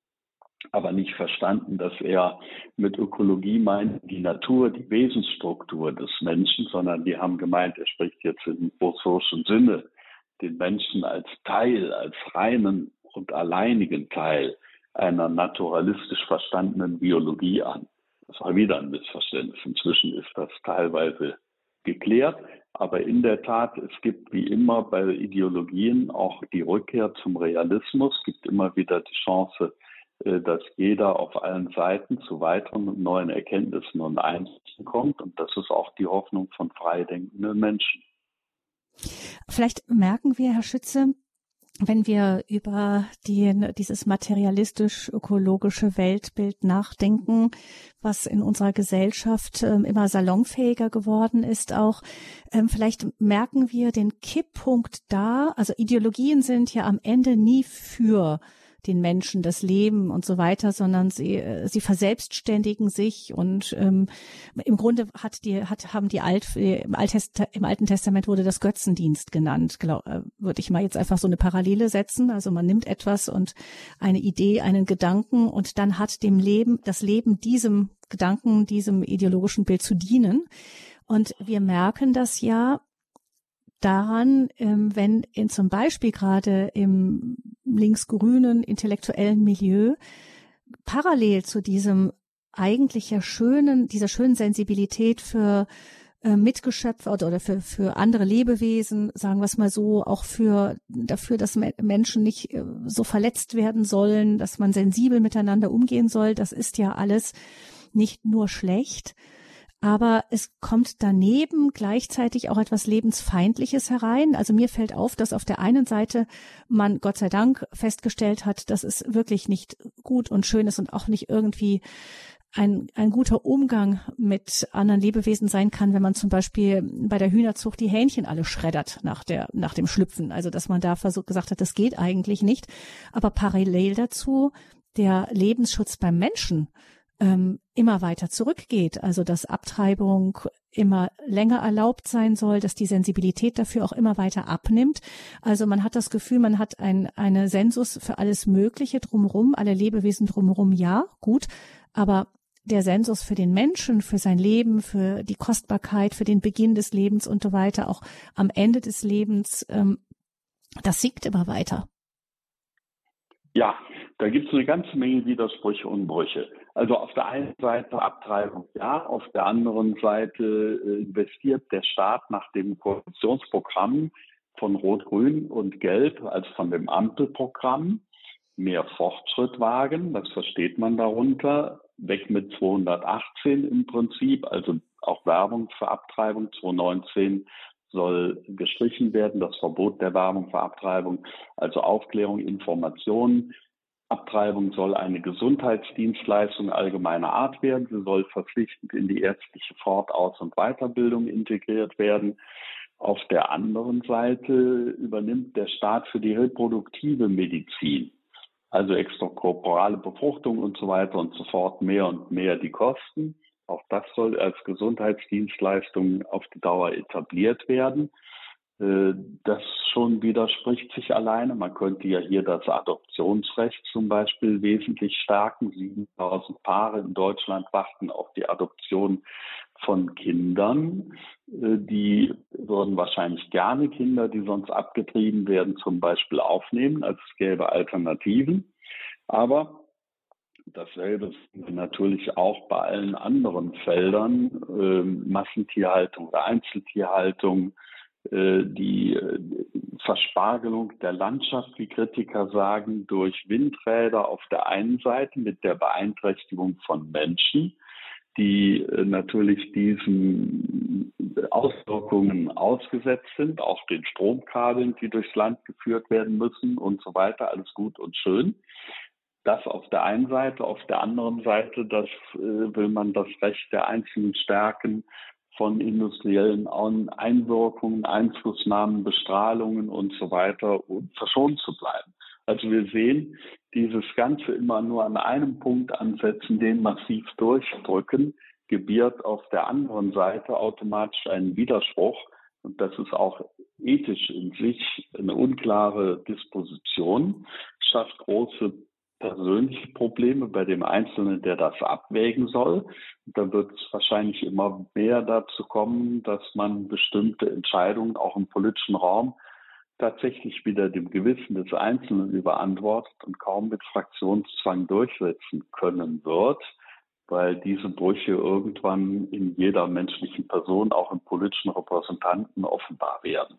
aber nicht verstanden, dass er mit Ökologie meint die Natur, die Wesensstruktur des Menschen, sondern die haben gemeint, er spricht jetzt im rousseau'schen Sinne den Menschen als Teil, als reinen und alleinigen Teil einer naturalistisch verstandenen Biologie an. Das war wieder ein Missverständnis. Inzwischen ist das teilweise geklärt. Aber in der Tat, es gibt wie immer bei Ideologien auch die Rückkehr zum Realismus. Es gibt immer wieder die Chance, dass jeder auf allen Seiten zu weiteren und neuen Erkenntnissen und Einsichten kommt. Und das ist auch die Hoffnung von freidenkenden Menschen. Vielleicht merken wir, Herr Schütze, wenn wir über dieses materialistisch-ökologische Weltbild nachdenken, was in unserer Gesellschaft immer salonfähiger geworden ist auch, vielleicht merken wir den Kipppunkt da. Also Ideologien sind ja am Ende nie für den Menschen, das Leben und so weiter, sondern sie verselbstständigen sich und im Grunde im Alten Testament wurde das Götzendienst genannt, würde ich mal jetzt einfach so eine Parallele setzen. Also man nimmt etwas und eine Idee, einen Gedanken und dann hat das Leben diesem Gedanken, diesem ideologischen Bild zu dienen. Und wir merken das ja daran, wenn zum Beispiel gerade im linksgrünen intellektuellen Milieu parallel zu dieser schönen Sensibilität für Mitgeschöpfe oder für andere Lebewesen, sagen wir es mal so, auch dafür, dass Menschen nicht so verletzt werden sollen, dass man sensibel miteinander umgehen soll, das ist ja alles nicht nur schlecht. Aber es kommt daneben gleichzeitig auch etwas Lebensfeindliches herein. Also mir fällt auf, dass auf der einen Seite man Gott sei Dank festgestellt hat, dass es wirklich nicht gut und schön ist und auch nicht irgendwie ein guter Umgang mit anderen Lebewesen sein kann, wenn man zum Beispiel bei der Hühnerzucht die Hähnchen alle schreddert nach dem Schlüpfen. Also dass man da gesagt hat, das geht eigentlich nicht. Aber parallel dazu der Lebensschutz beim Menschen immer weiter zurückgeht, also dass Abtreibung immer länger erlaubt sein soll, dass die Sensibilität dafür auch immer weiter abnimmt. Also man hat das Gefühl, man hat eine Sensus für alles Mögliche drumherum, alle Lebewesen drumherum, ja, gut, aber der Sensus für den Menschen, für sein Leben, für die Kostbarkeit, für den Beginn des Lebens und so weiter, auch am Ende des Lebens, das sinkt immer weiter. Ja, da gibt es eine ganze Menge Widersprüche und Brüche. Also auf der einen Seite Abtreibung, ja, auf der anderen Seite investiert der Staat nach dem Koalitionsprogramm von Rot-Grün und Gelb als von dem Ampelprogramm mehr Fortschritt wagen. Das versteht man darunter. Weg mit 218 im Prinzip, also auch Werbung für Abtreibung. 219 soll gestrichen werden, das Verbot der Werbung für Abtreibung, also Aufklärung, Informationen. Abtreibung soll eine Gesundheitsdienstleistung allgemeiner Art werden. Sie soll verpflichtend in die ärztliche Fort-, Aus- und Weiterbildung integriert werden. Auf der anderen Seite übernimmt der Staat für die reproduktive Medizin, also extrakorporale Befruchtung und so weiter und so fort, mehr und mehr die Kosten. Auch das soll als Gesundheitsdienstleistung auf die Dauer etabliert werden. Das schon widerspricht sich alleine. Man könnte ja hier das Adoptionsrecht zum Beispiel wesentlich stärken. 7.000 Paare in Deutschland warten auf die Adoption von Kindern. Die würden wahrscheinlich gerne Kinder, die sonst abgetrieben werden, zum Beispiel aufnehmen, als es gäbe Alternativen. Aber dasselbe sehen wir natürlich auch bei allen anderen Feldern, Massentierhaltung oder Einzeltierhaltung, die Verspargelung der Landschaft, wie Kritiker sagen, durch Windräder auf der einen Seite mit der Beeinträchtigung von Menschen, die natürlich diesen Auswirkungen ausgesetzt sind, auch den Stromkabeln, die durchs Land geführt werden müssen und so weiter, alles gut und schön. Das auf der einen Seite, auf der anderen Seite, will man das Recht der Einzelnen stärken, von industriellen Einwirkungen, Einflussnahmen, Bestrahlungen und so weiter verschont zu bleiben. Also wir sehen dieses Ganze immer nur an einem Punkt ansetzen, den massiv durchdrücken, gebiert auf der anderen Seite automatisch einen Widerspruch. Und das ist auch ethisch in sich eine unklare Disposition, schafft große persönliche Probleme bei dem Einzelnen, der das abwägen soll. Und da wird es wahrscheinlich immer mehr dazu kommen, dass man bestimmte Entscheidungen auch im politischen Raum tatsächlich wieder dem Gewissen des Einzelnen überantwortet und kaum mit Fraktionszwang durchsetzen können wird, weil diese Brüche irgendwann in jeder menschlichen Person, auch im politischen Repräsentanten, offenbar werden.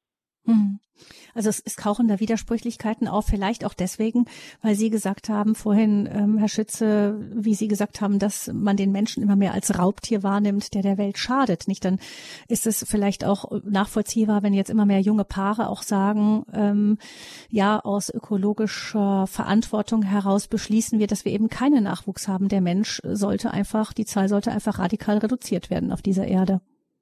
Also es tauchen da Widersprüchlichkeiten auf, vielleicht auch deswegen, weil Sie gesagt haben vorhin, Herr Schütze, wie Sie gesagt haben, dass man den Menschen immer mehr als Raubtier wahrnimmt, der Welt schadet. Nicht? Dann ist es vielleicht auch nachvollziehbar, wenn jetzt immer mehr junge Paare auch sagen, ja, aus ökologischer Verantwortung heraus beschließen wir, dass wir eben keinen Nachwuchs haben. Der Mensch die Zahl sollte einfach radikal reduziert werden auf dieser Erde.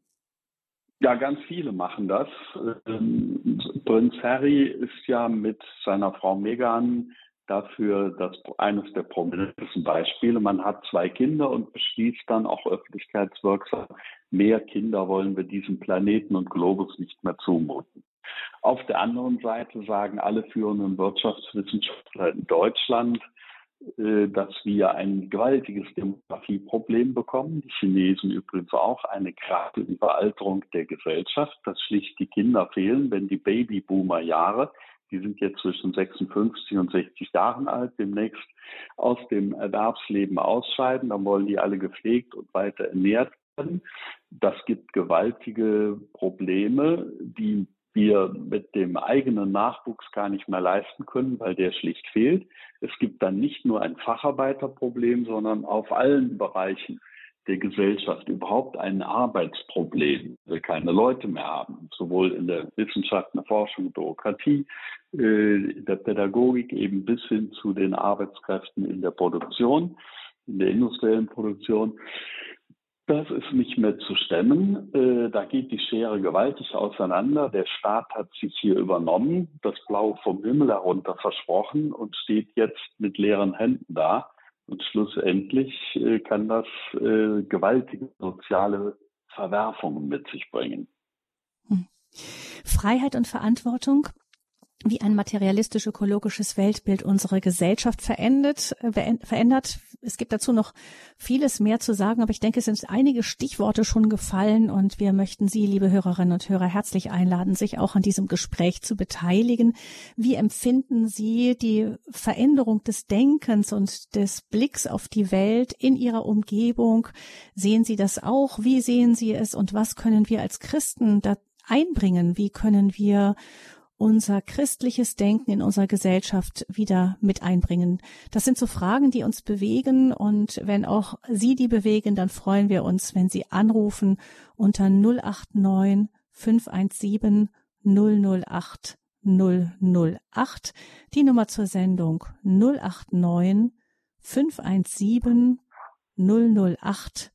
Ja, ganz viele machen das. Prinz Harry ist ja mit seiner Frau Meghan dafür eines der prominentesten Beispiele. Man hat 2 Kinder und beschließt dann auch öffentlichkeitswirksam, mehr Kinder wollen wir diesem Planeten und Globus nicht mehr zumuten. Auf der anderen Seite sagen alle führenden Wirtschaftswissenschaftler in Deutschland, dass wir ein gewaltiges Demografieproblem bekommen. Die Chinesen übrigens auch, eine krasse Überalterung der Gesellschaft, dass schlicht die Kinder fehlen, wenn die Babyboomer-Jahre, die sind jetzt zwischen 56 und 60 Jahren alt, demnächst aus dem Erwerbsleben ausscheiden, dann wollen die alle gepflegt und weiter ernährt werden. Das gibt gewaltige Probleme, die wir mit dem eigenen Nachwuchs gar nicht mehr leisten können, weil der schlicht fehlt. Es gibt dann nicht nur ein Facharbeiterproblem, sondern auf allen Bereichen der Gesellschaft überhaupt ein Arbeitsproblem, weil wir keine Leute mehr haben, sowohl in der Wissenschaft, in der Forschung, Bürokratie, in der Pädagogik eben bis hin zu den Arbeitskräften in der Produktion, in der industriellen Produktion. Das ist nicht mehr zu stemmen. Da geht die Schere gewaltig auseinander. Der Staat hat sich hier übernommen, das Blau vom Himmel herunter versprochen und steht jetzt mit leeren Händen da. Und schlussendlich kann das gewaltige soziale Verwerfungen mit sich bringen. Freiheit und Verantwortung, wie ein materialistisch-ökologisches Weltbild unsere Gesellschaft verändert. Es gibt dazu noch vieles mehr zu sagen, aber ich denke, es sind einige Stichworte schon gefallen und wir möchten Sie, liebe Hörerinnen und Hörer, herzlich einladen, sich auch an diesem Gespräch zu beteiligen. Wie empfinden Sie die Veränderung des Denkens und des Blicks auf die Welt in Ihrer Umgebung? Sehen Sie das auch? Wie sehen Sie es und was können wir als Christen da einbringen? Wie können wir unser christliches Denken in unserer Gesellschaft wieder mit einbringen? Das sind so Fragen, die uns bewegen und wenn auch Sie die bewegen, dann freuen wir uns, wenn Sie anrufen unter 089 517 008 008. Die Nummer zur Sendung 089 517 008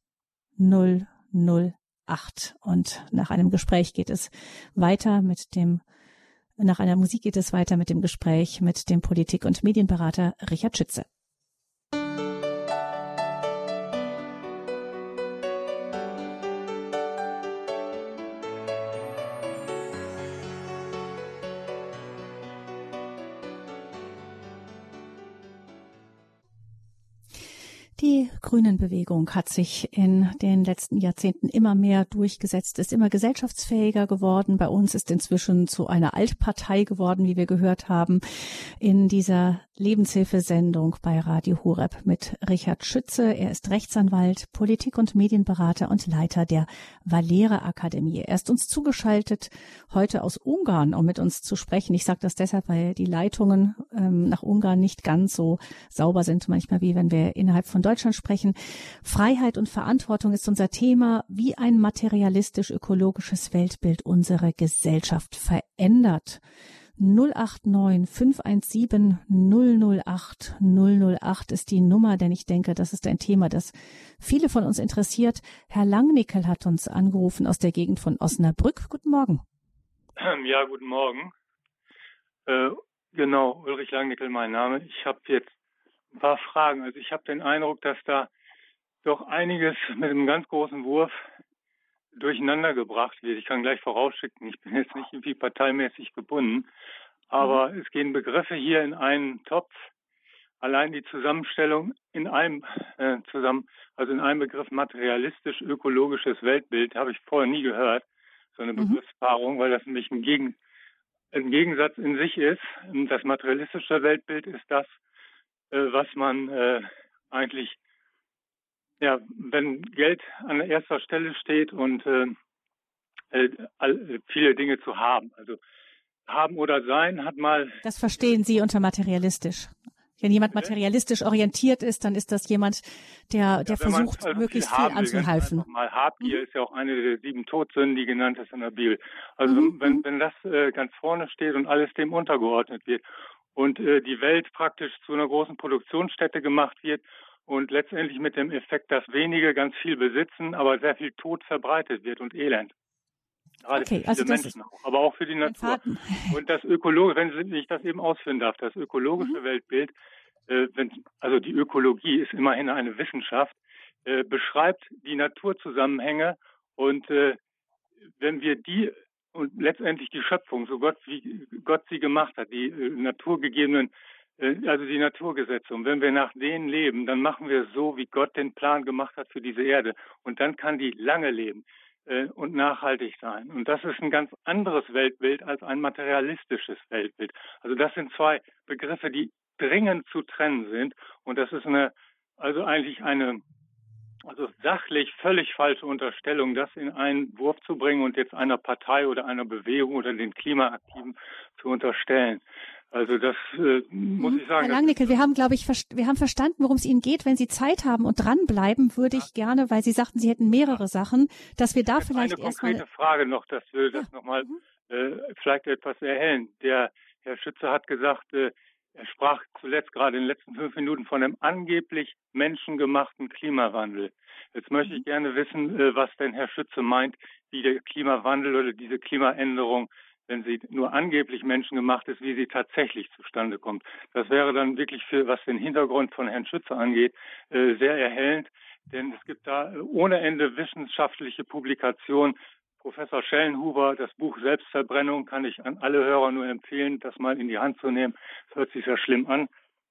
008. Und nach einem Gespräch geht es weiter Nach einer Musik geht es weiter mit dem Gespräch mit dem Politik- und Medienberater Richard Schütze. Die Grünenbewegung hat sich in den letzten Jahrzehnten immer mehr durchgesetzt, ist immer gesellschaftsfähiger geworden. Bei uns ist inzwischen zu einer Altpartei geworden, wie wir gehört haben, in dieser Lebenshilfesendung bei Radio Horeb mit Richard Schütze. Er ist Rechtsanwalt, Politik- und Medienberater und Leiter der Valere Akademie. Er ist uns zugeschaltet heute aus Ungarn, um mit uns zu sprechen. Ich sage das deshalb, weil die Leitungen nach Ungarn nicht ganz so sauber sind, manchmal wie wenn wir innerhalb von Deutschland sprechen. Freiheit und Verantwortung ist unser Thema, wie ein materialistisch-ökologisches Weltbild unsere Gesellschaft verändert. 089 517 008 008 ist die Nummer, denn ich denke, das ist ein Thema, das viele von uns interessiert. Herr Langnickel hat uns angerufen aus der Gegend von Osnabrück. Guten Morgen. Ja, guten Morgen. Genau, Ulrich Langnickel mein Name. Ich habe jetzt ein paar Fragen. Also ich habe den Eindruck, dass da doch einiges mit einem ganz großen Wurf durcheinander gebracht wird. Ich kann gleich vorausschicken, ich bin jetzt nicht irgendwie parteimäßig gebunden, aber es gehen Begriffe hier in einen Topf. Allein die Zusammenstellung in einem in einem Begriff materialistisch-ökologisches Weltbild habe ich vorher nie gehört, so eine Begriffspaarung, weil das nämlich ein Gegensatz in sich ist. Das materialistische Weltbild ist das, was man eigentlich, ja, wenn Geld an erster Stelle steht und viele Dinge zu haben. Also haben oder sein hat mal... Das verstehen Sie unter materialistisch. Wenn jemand materialistisch orientiert ist, dann ist das jemand, der versucht, möglichst viel anzuhäufen. Habgier ist ja auch eine der 7 Todsünden, die genannt ist in der Bibel. Also wenn das ganz vorne steht und alles dem untergeordnet wird und die Welt praktisch zu einer großen Produktionsstätte gemacht wird und letztendlich mit dem Effekt, dass wenige ganz viel besitzen, aber sehr viel Tod verbreitet wird und Elend. Gerade für viele Menschen auch, aber auch für die Natur. Und das ökologische, wenn ich das eben ausführen darf, das ökologische Weltbild, also die Ökologie ist immerhin eine Wissenschaft, beschreibt die Naturzusammenhänge und wenn wir die und letztendlich die Schöpfung, so wie Gott sie gemacht hat, die naturgegebenen, also die Naturgesetze. Und wenn wir nach denen leben, dann machen wir so, wie Gott den Plan gemacht hat für diese Erde. Und dann kann die lange leben und nachhaltig sein. Und das ist ein ganz anderes Weltbild als ein materialistisches Weltbild. Also das sind zwei Begriffe, die dringend zu trennen sind. Und das ist eigentlich eine sachlich völlig falsche Unterstellung, das in einen Wurf zu bringen und jetzt einer Partei oder einer Bewegung oder den Klimaaktiven zu unterstellen. Also das muss ich sagen. Herr Langnickel, wir haben verstanden, worum es Ihnen geht. Wenn Sie Zeit haben und dranbleiben, würde ich gerne, weil Sie sagten, Sie hätten mehrere Sachen, dass wir da vielleicht erstmal... Eine konkrete Frage noch, dass wir das nochmal vielleicht etwas erhellen. Der Herr Schütze hat gesagt, er sprach zuletzt gerade in den letzten 5 Minuten von einem angeblich menschengemachten Klimawandel. Jetzt möchte ich gerne wissen, was denn Herr Schütze meint, wie der Klimawandel oder diese Klimaänderung, wenn sie nur angeblich menschengemacht ist, wie sie tatsächlich zustande kommt. Das wäre dann wirklich was den Hintergrund von Herrn Schütze angeht, sehr erhellend, denn es gibt da ohne Ende wissenschaftliche Publikationen. Professor Schellenhuber, das Buch Selbstverbrennung kann ich an alle Hörer nur empfehlen, das mal in die Hand zu nehmen. Das hört sich sehr schlimm an.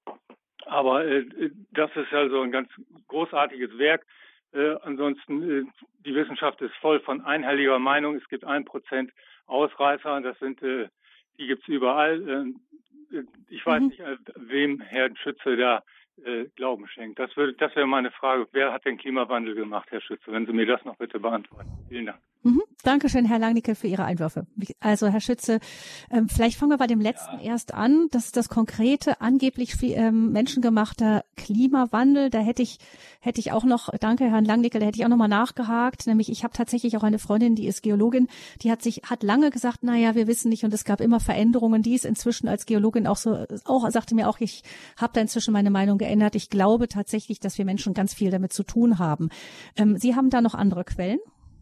Aber das ist also ein ganz großartiges Werk. Ansonsten, die Wissenschaft ist voll von einhelliger Meinung. Es gibt 1% Ausreißer, die gibt es überall. Ich weiß nicht, wem Herr Schütze da Glauben schenkt. Das wäre meine Frage. Wer hat den Klimawandel gemacht, Herr Schütze? Wenn Sie mir das noch bitte beantworten. Vielen Dank. Dankeschön, Herr Langnickel, für Ihre Einwürfe. Also, Herr Schütze, vielleicht fangen wir bei dem letzten erst an. Das ist das konkrete, angeblich menschengemachte Klimawandel. Da hätte ich auch noch, danke Herrn Langnickel, da hätte ich auch noch mal nachgehakt. Nämlich, ich habe tatsächlich auch eine Freundin, die ist Geologin, die hat lange gesagt, wir wissen nicht, und es gab immer Veränderungen. Die ist inzwischen als Geologin sagte mir auch, ich habe da inzwischen meine Meinung geändert. Ich glaube tatsächlich, dass wir Menschen ganz viel damit zu tun haben. Sie haben da noch andere Quellen?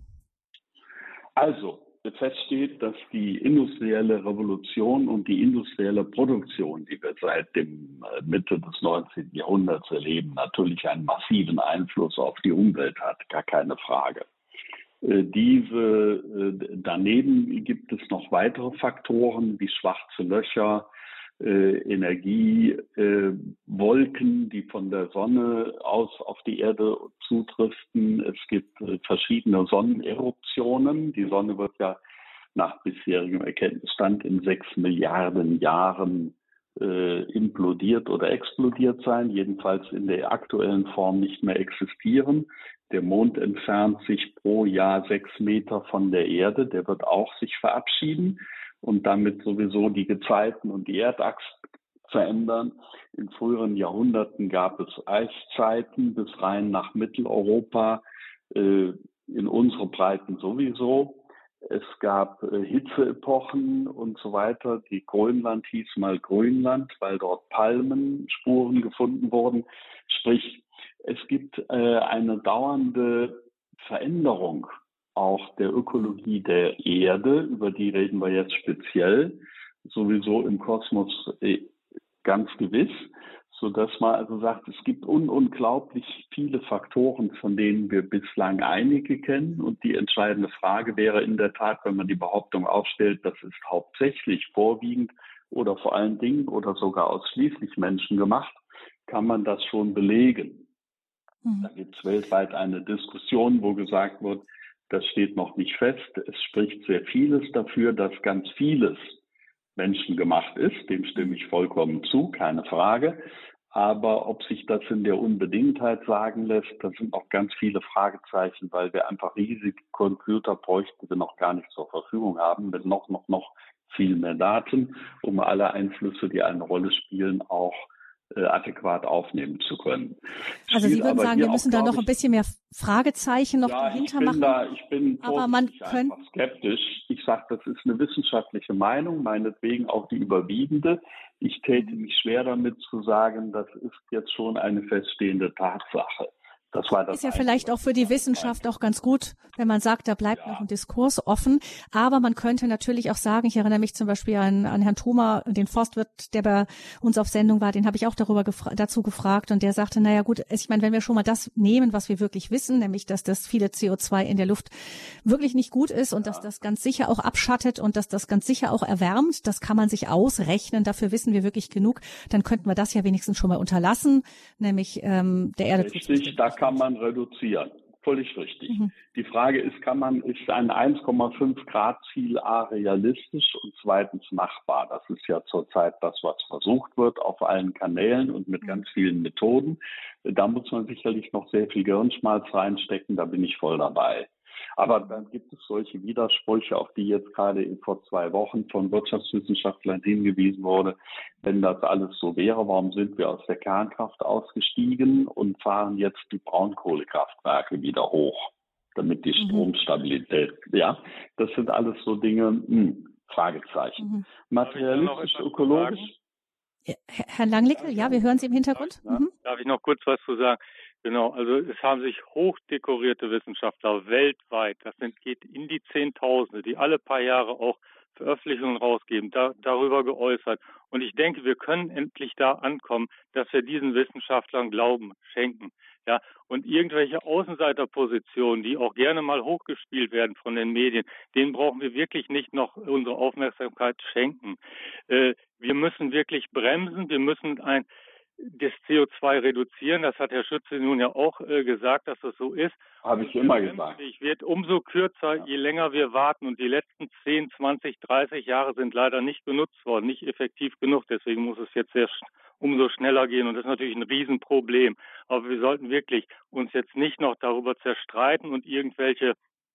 Also, feststeht, dass die industrielle Revolution und die industrielle Produktion, die wir seit dem Mitte des 19. Jahrhunderts erleben, natürlich einen massiven Einfluss auf die Umwelt hat, gar keine Frage. Daneben gibt es noch weitere Faktoren wie schwarze Löcher, Energiewolken, die von der Sonne aus auf die Erde zutriften. Es gibt verschiedene Sonneneruptionen. Die Sonne wird ja nach bisherigem Erkenntnisstand in 6 Milliarden Jahren implodiert oder explodiert sein, jedenfalls in der aktuellen Form nicht mehr existieren. Der Mond entfernt sich pro Jahr 6 Meter von der Erde. Der wird auch sich verabschieden und damit sowieso die Gezeiten und die Erdachse verändern. In früheren Jahrhunderten gab es Eiszeiten bis rein nach Mitteleuropa, in unsere Breiten sowieso. Es gab Hitzeepochen und so weiter. Die Grönland hieß mal Grönland, weil dort Palmenspuren gefunden wurden. Sprich, es gibt eine dauernde Veränderung auch der Ökologie der Erde, über die reden wir jetzt speziell, sowieso im Kosmos ganz gewiss, sodass man also sagt, es gibt unglaublich viele Faktoren, von denen wir bislang einige kennen. Und die entscheidende Frage wäre in der Tat, wenn man die Behauptung aufstellt, das ist hauptsächlich, vorwiegend oder vor allen Dingen oder sogar ausschließlich menschengemacht, kann man das schon belegen. Da gibt es weltweit eine Diskussion, wo gesagt wird, das steht noch nicht fest. Es spricht sehr vieles dafür, dass ganz vieles menschengemacht ist. Dem stimme ich vollkommen zu, keine Frage. Aber ob sich das in der Unbedingtheit sagen lässt, das sind noch ganz viele Fragezeichen, weil wir einfach riesige Computer bräuchten, die wir noch gar nicht zur Verfügung haben, mit noch viel mehr Daten, um alle Einflüsse, die eine Rolle spielen, auch adäquat aufnehmen zu können. Also Sie würden sagen, wir müssen da noch ein bisschen mehr Fragezeichen noch dahinter machen? Ich bin einfach skeptisch. Ich sage, das ist eine wissenschaftliche Meinung, meinetwegen auch die überwiegende. Ich täte mich schwer damit zu sagen, das ist jetzt schon eine feststehende Tatsache. Das war das ist ja vielleicht auch für die Wissenschaft auch ganz gut, wenn man sagt, da bleibt noch ein Diskurs offen. Aber man könnte natürlich auch sagen, ich erinnere mich zum Beispiel an Herrn Thoma, den Forstwirt, der bei uns auf Sendung war, den habe ich auch dazu gefragt und der sagte, naja gut, ich meine, wenn wir schon mal das nehmen, was wir wirklich wissen, nämlich, dass das viele CO2 in der Luft wirklich nicht gut ist und dass das ganz sicher auch abschattet und dass das ganz sicher auch erwärmt, das kann man sich ausrechnen, dafür wissen wir wirklich genug, dann könnten wir das ja wenigstens schon mal unterlassen, nämlich der Erde. Richtig, da kann man reduzieren. Völlig richtig. Die Frage ist, ist ein 1,5 Grad Ziel A realistisch und zweitens machbar? Das ist ja zurzeit das, was versucht wird auf allen Kanälen und mit ganz vielen Methoden. Da muss man sicherlich noch sehr viel Gehirnschmalz reinstecken, da bin ich voll dabei. Aber dann gibt es solche Widersprüche, auf die jetzt gerade vor 2 Wochen von Wirtschaftswissenschaftlern hingewiesen wurde. Wenn das alles so wäre, warum sind wir aus der Kernkraft ausgestiegen und fahren jetzt die Braunkohlekraftwerke wieder hoch, damit die Stromstabilität, das sind alles so Dinge, Fragezeichen. Materialistisch, ökologisch. Herr Langlickel, ja, wir hören Sie im Hintergrund. Darf ich noch kurz was zu sagen? Genau, also es haben sich hochdekorierte Wissenschaftler weltweit, geht in die Zehntausende, die alle paar Jahre auch Veröffentlichungen rausgeben, darüber geäußert. Und ich denke, wir können endlich da ankommen, dass wir diesen Wissenschaftlern Glauben schenken. Ja, und irgendwelche Außenseiterpositionen, die auch gerne mal hochgespielt werden von den Medien, denen brauchen wir wirklich nicht noch unsere Aufmerksamkeit schenken. Wir müssen wirklich bremsen, wir müssen das CO2 reduzieren. Das hat Herr Schütze nun ja auch gesagt, dass das so ist. Habe ich immer gesagt. Wird umso kürzer, je länger wir warten. Und die letzten 10, 20, 30 Jahre sind leider nicht genutzt worden, nicht effektiv genug. Deswegen muss es jetzt umso schneller gehen. Und das ist natürlich ein Riesenproblem. Aber wir sollten wirklich uns jetzt nicht noch darüber zerstreiten und irgendwelche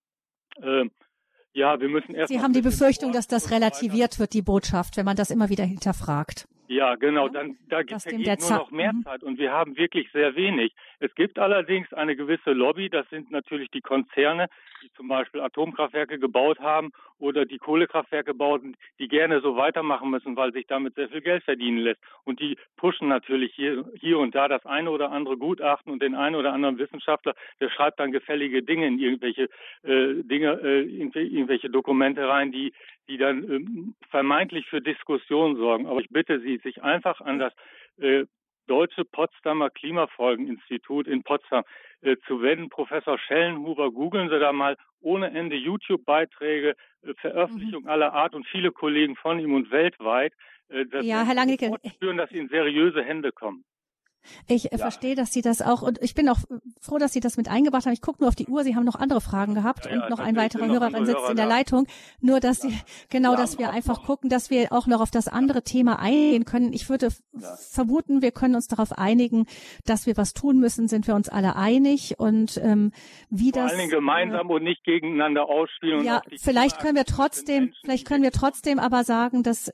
wir müssen erst. Sie haben die Befürchtung, dass das relativiert wird, die Botschaft, wenn man das immer wieder hinterfragt. Ja, genau, da vergeht nur noch mehr Zeit und wir haben wirklich sehr wenig. Es gibt allerdings eine gewisse Lobby, das sind natürlich die Konzerne, die zum Beispiel Atomkraftwerke gebaut haben oder die Kohlekraftwerke bauten, die gerne so weitermachen müssen, weil sich damit sehr viel Geld verdienen lässt. Und die pushen natürlich hier und da das eine oder andere Gutachten und den einen oder anderen Wissenschaftler, der schreibt dann gefällige Dinge in irgendwelche irgendwelche Dokumente rein, die dann vermeintlich für Diskussion sorgen. Aber ich bitte Sie, sich einfach an das Deutsche Potsdamer Klimafolgeninstitut in Potsdam zu wenden. Professor Schellenhuber, googeln Sie da mal, ohne Ende YouTube-Beiträge, Veröffentlichungen aller Art und viele Kollegen von ihm und weltweit. Herr Langlickel, führen, dass Sie in seriöse Hände kommen. Ich verstehe, dass Sie das auch, und ich bin auch froh, dass Sie das mit eingebracht haben. Ich gucke nur auf die Uhr, Sie haben noch andere Fragen gehabt und noch ein weiterer Hörerin sitzt in der Leitung. Nur, dass Sie, dass wir einfach gucken, dass wir auch noch auf das andere Thema eingehen können. Ich würde vermuten, wir können uns darauf einigen, dass wir was tun müssen, sind wir uns alle einig und Vor allen Dingen gemeinsam und nicht gegeneinander ausspielen. Ja, vielleicht können wir trotzdem aber sagen, dass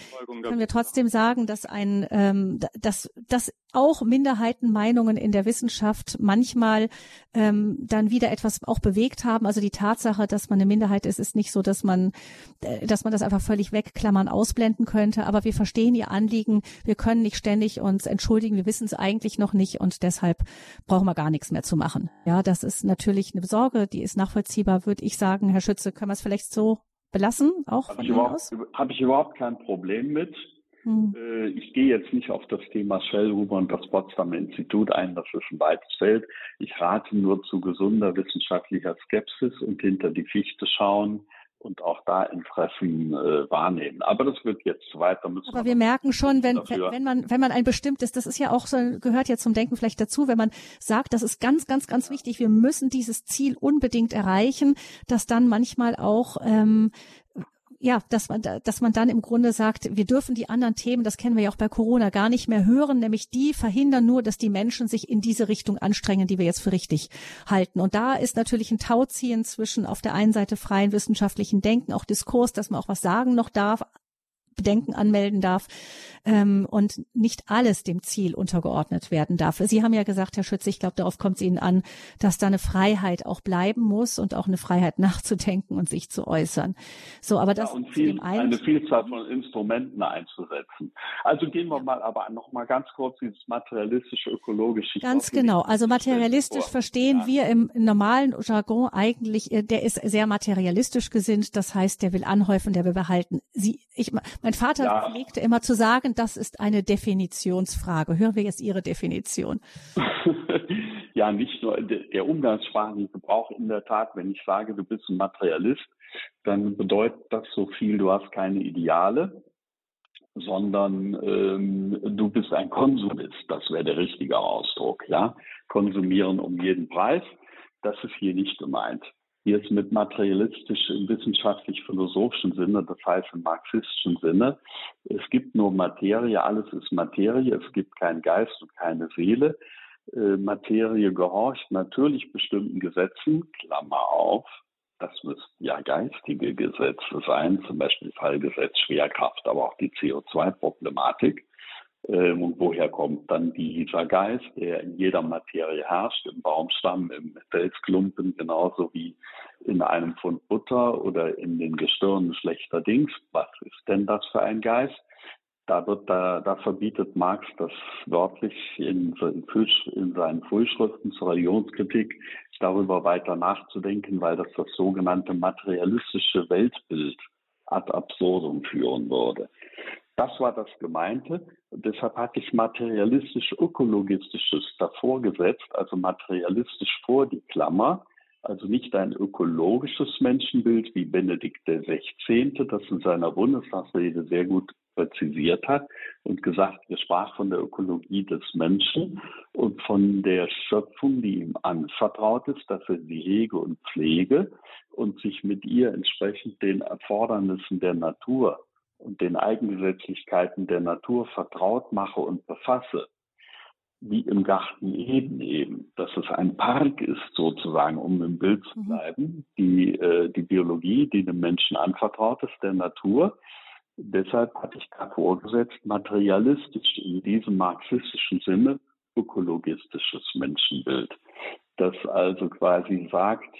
dass auch Minderheitenmeinungen in der Wissenschaft manchmal dann wieder etwas auch bewegt haben. Also die Tatsache, dass man eine Minderheit ist nicht so, dass man das einfach völlig wegklammern, ausblenden könnte. Aber wir verstehen Ihr Anliegen. Wir können nicht ständig uns entschuldigen. Wir wissen es eigentlich noch nicht und deshalb brauchen wir gar nichts mehr zu machen. Ja, das ist natürlich eine Sorge, die ist nachvollziehbar, würde ich sagen. Herr Schütze, können wir es vielleicht so belassen? Auch von Ihnen aus? Habe ich überhaupt kein Problem mit. Ich gehe jetzt nicht auf das Thema Schellenhuber und das Potsdamer Institut ein, das ist ein weites Feld. Ich rate nur zu gesunder wissenschaftlicher Skepsis und hinter die Fichte schauen und auch da Interessen wahrnehmen. Aber das wird jetzt weiter. Aber wir merken schon, wenn man ein bestimmtes, das ist ja auch so, gehört ja zum Denken vielleicht dazu, wenn man sagt, das ist ganz, ganz, ganz wichtig, wir müssen dieses Ziel unbedingt erreichen, dass dann manchmal auch dass man dann im Grunde sagt, wir dürfen die anderen Themen, das kennen wir ja auch bei Corona, gar nicht mehr hören, nämlich die verhindern nur, dass die Menschen sich in diese Richtung anstrengen, die wir jetzt für richtig halten. Und da ist natürlich ein Tauziehen zwischen auf der einen Seite freien wissenschaftlichen Denken, auch Diskurs, dass man auch was sagen noch darf, Bedenken anmelden darf und nicht alles dem Ziel untergeordnet werden darf. Sie haben ja gesagt, Herr Schütze, ich glaube, darauf kommt es Ihnen an, dass da eine Freiheit auch bleiben muss und auch eine Freiheit nachzudenken und sich zu äußern. So, aber das und zu dem einen, eine Vielzahl von Instrumenten einzusetzen. Also gehen wir mal aber noch mal ganz kurz dieses materialistisch-ökologische. Ganz genau. Also materialistisch verstehen wir im normalen Jargon eigentlich, der ist sehr materialistisch gesinnt. Das heißt, der will anhäufen, der will behalten. Mein Vater pflegte immer zu sagen, das ist eine Definitionsfrage. Hören wir jetzt Ihre Definition. Ja, nicht nur der umgangssprachliche Gebrauch in der Tat. Wenn ich sage, du bist ein Materialist, dann bedeutet das so viel, du hast keine Ideale, sondern du bist ein Konsumist. Das wäre der richtige Ausdruck. Ja, konsumieren um jeden Preis. Das ist hier nicht gemeint. Hier ist mit materialistisch im wissenschaftlich-philosophischen Sinne, das heißt im marxistischen Sinne. Es gibt nur Materie, alles ist Materie. Es gibt keinen Geist und keine Seele. Materie gehorcht natürlich bestimmten Gesetzen, Klammer auf. Das müssten ja geistige Gesetze sein, zum Beispiel Fallgesetz, Schwerkraft, aber auch die CO2-Problematik. Und woher kommt dann dieser Geist, der in jeder Materie herrscht, im Baumstamm, im Felsklumpen, genauso wie in einem Pfund Butter oder in den Gestirnen schlechterdings? Was ist denn das für ein Geist? Da verbietet Marx das wörtlich in seinen Frühschriften zur Religionskritik, darüber weiter nachzudenken, weil das sogenannte materialistische Weltbild ad absurdum führen würde. Das war das Gemeinte. Und deshalb hatte ich materialistisch-ökologistisches davor gesetzt, also materialistisch vor die Klammer, also nicht ein ökologisches Menschenbild wie Benedikt XVI., das in seiner Bundestagsrede sehr gut präzisiert hat und gesagt, er sprach von der Ökologie des Menschen und von der Schöpfung, die ihm anvertraut ist, dass er sie hege und pflege und sich mit ihr entsprechend den Erfordernissen der Natur und den Eigengesetzlichkeiten der Natur vertraut mache und befasse, wie im Garten Eden eben, dass es ein Park ist sozusagen, um im Bild zu bleiben, die Biologie, die dem Menschen anvertraut ist, der Natur. Deshalb hatte ich da vorgesetzt, materialistisch in diesem marxistischen Sinne ökologistisches Menschenbild, das also quasi sagt,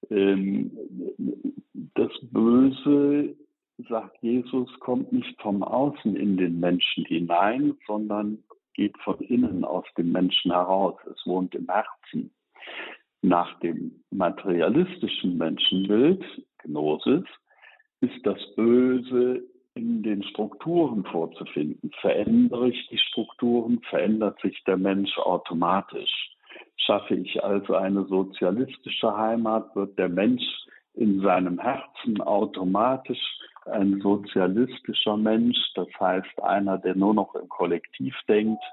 das Böse, sagt Jesus, kommt nicht vom Außen in den Menschen hinein, sondern geht von innen aus dem Menschen heraus. Es wohnt im Herzen. Nach dem materialistischen Menschenbild, Gnosis, ist das Böse in den Strukturen vorzufinden. Verändere ich die Strukturen, verändert sich der Mensch automatisch. Schaffe ich also eine sozialistische Heimat, wird der Mensch in seinem Herzen automatisch ein sozialistischer Mensch, das heißt einer, der nur noch im Kollektiv denkt,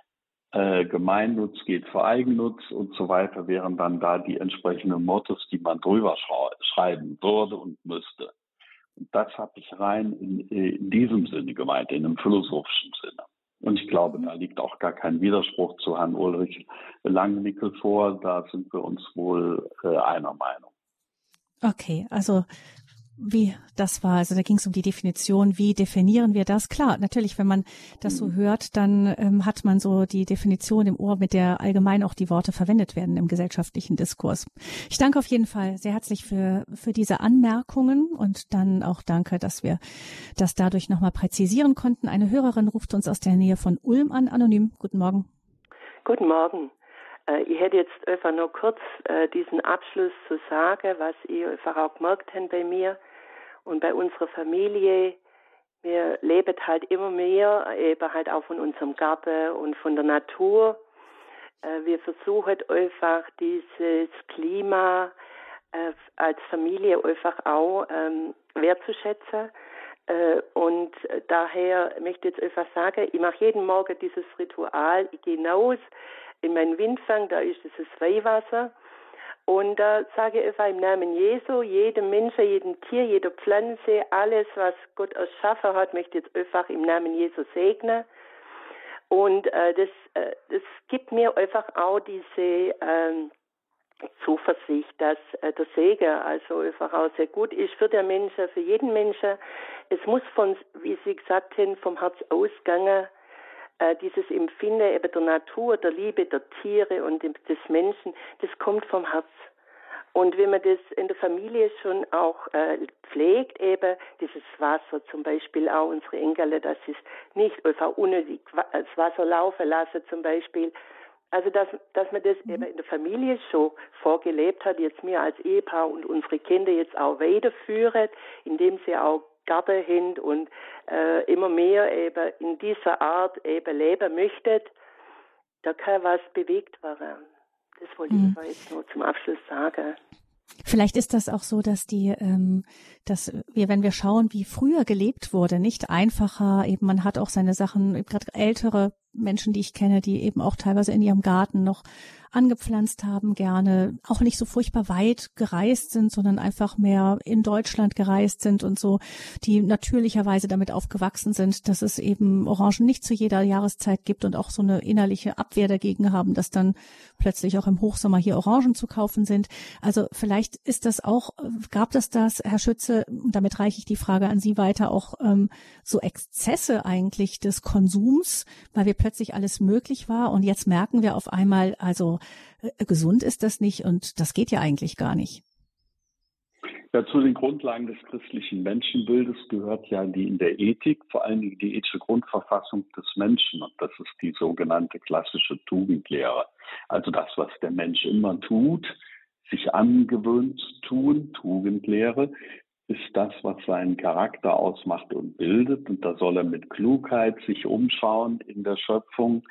Gemeinnutz geht vor Eigennutz und so weiter, wären dann da die entsprechenden Mottos, die man drüber schreiben würde und müsste. Und das habe ich rein in diesem Sinne gemeint, in einem philosophischen Sinne. Und ich glaube, da liegt auch gar kein Widerspruch zu Herrn Ulrich Langnickel vor. Da sind wir uns wohl einer Meinung. Okay, also also da ging es um die Definition, wie definieren wir das? Klar, natürlich, wenn man das so hört, dann hat man so die Definition im Ohr, mit der allgemein auch die Worte verwendet werden im gesellschaftlichen Diskurs. Ich danke auf jeden Fall sehr herzlich für diese Anmerkungen und dann auch danke, dass wir das dadurch nochmal präzisieren konnten. Eine Hörerin ruft uns aus der Nähe von Ulm an, anonym. Guten Morgen. Guten Morgen. Ich hätte jetzt einfach nur kurz diesen Abschluss zu sagen, was ich einfach auch gemerkt habe bei mir und bei unserer Familie. Wir leben halt immer mehr, eben halt auch von unserem Garten und von der Natur. Wir versuchen einfach dieses Klima als Familie einfach auch wertzuschätzen. Und daher möchte ich jetzt einfach sagen, ich mache jeden Morgen dieses Ritual, ich gehe hinaus in meinen Windfang, da ist dieses Weihwasser. Und da sage ich einfach im Namen Jesu, jedem Menschen, jedem Tier, jeder Pflanze, alles, was Gott erschaffen hat, möchte ich jetzt einfach im Namen Jesu segnen. Und das gibt mir einfach auch diese Zuversicht, dass der Segen also einfach auch sehr gut ist für den Menschen, für jeden Menschen. Es muss von, wie Sie gesagt haben, vom Herz ausgehen, dieses Empfinden eben der Natur, der Liebe der Tiere und des Menschen, das kommt vom Herz. Und wenn man das in der Familie schon auch pflegt, eben dieses Wasser, zum Beispiel auch unsere Enkel, dass sie nicht einfach unnötig das Wasser laufen lassen zum Beispiel. Also dass man das eben in der Familie schon vorgelebt hat, jetzt mir als Ehepaar und unsere Kinder jetzt auch weiterführen, indem sie auch Garten haben und immer mehr eben in dieser Art eben leben möchten, da kann was bewegt werden. Das wollte ich aber jetzt nur zum Abschluss sagen. Vielleicht ist das auch so, dass dass wir, wenn wir schauen, wie früher gelebt wurde, nicht einfacher, eben man hat auch seine Sachen, gerade ältere Menschen, die ich kenne, die eben auch teilweise in ihrem Garten noch angepflanzt haben, gerne auch nicht so furchtbar weit gereist sind, sondern einfach mehr in Deutschland gereist sind und so, die natürlicherweise damit aufgewachsen sind, dass es eben Orangen nicht zu jeder Jahreszeit gibt und auch so eine innerliche Abwehr dagegen haben, dass dann plötzlich auch im Hochsommer hier Orangen zu kaufen sind. Also vielleicht ist das auch, gab es das, Herr Schütze, damit reiche ich die Frage an Sie weiter, auch so Exzesse eigentlich des Konsums, weil wir plötzlich alles möglich war und jetzt merken wir auf einmal, also gesund ist das nicht und das geht ja eigentlich gar nicht. Ja, zu den Grundlagen des christlichen Menschenbildes gehört ja die in der Ethik, vor allen Dingen die ethische Grundverfassung des Menschen. Und das ist die sogenannte klassische Tugendlehre. Also das, was der Mensch immer tut, sich angewöhnt zu tun, Tugendlehre, ist das, was seinen Charakter ausmacht und bildet. Und da soll er mit Klugheit sich umschauen in der Schöpfung.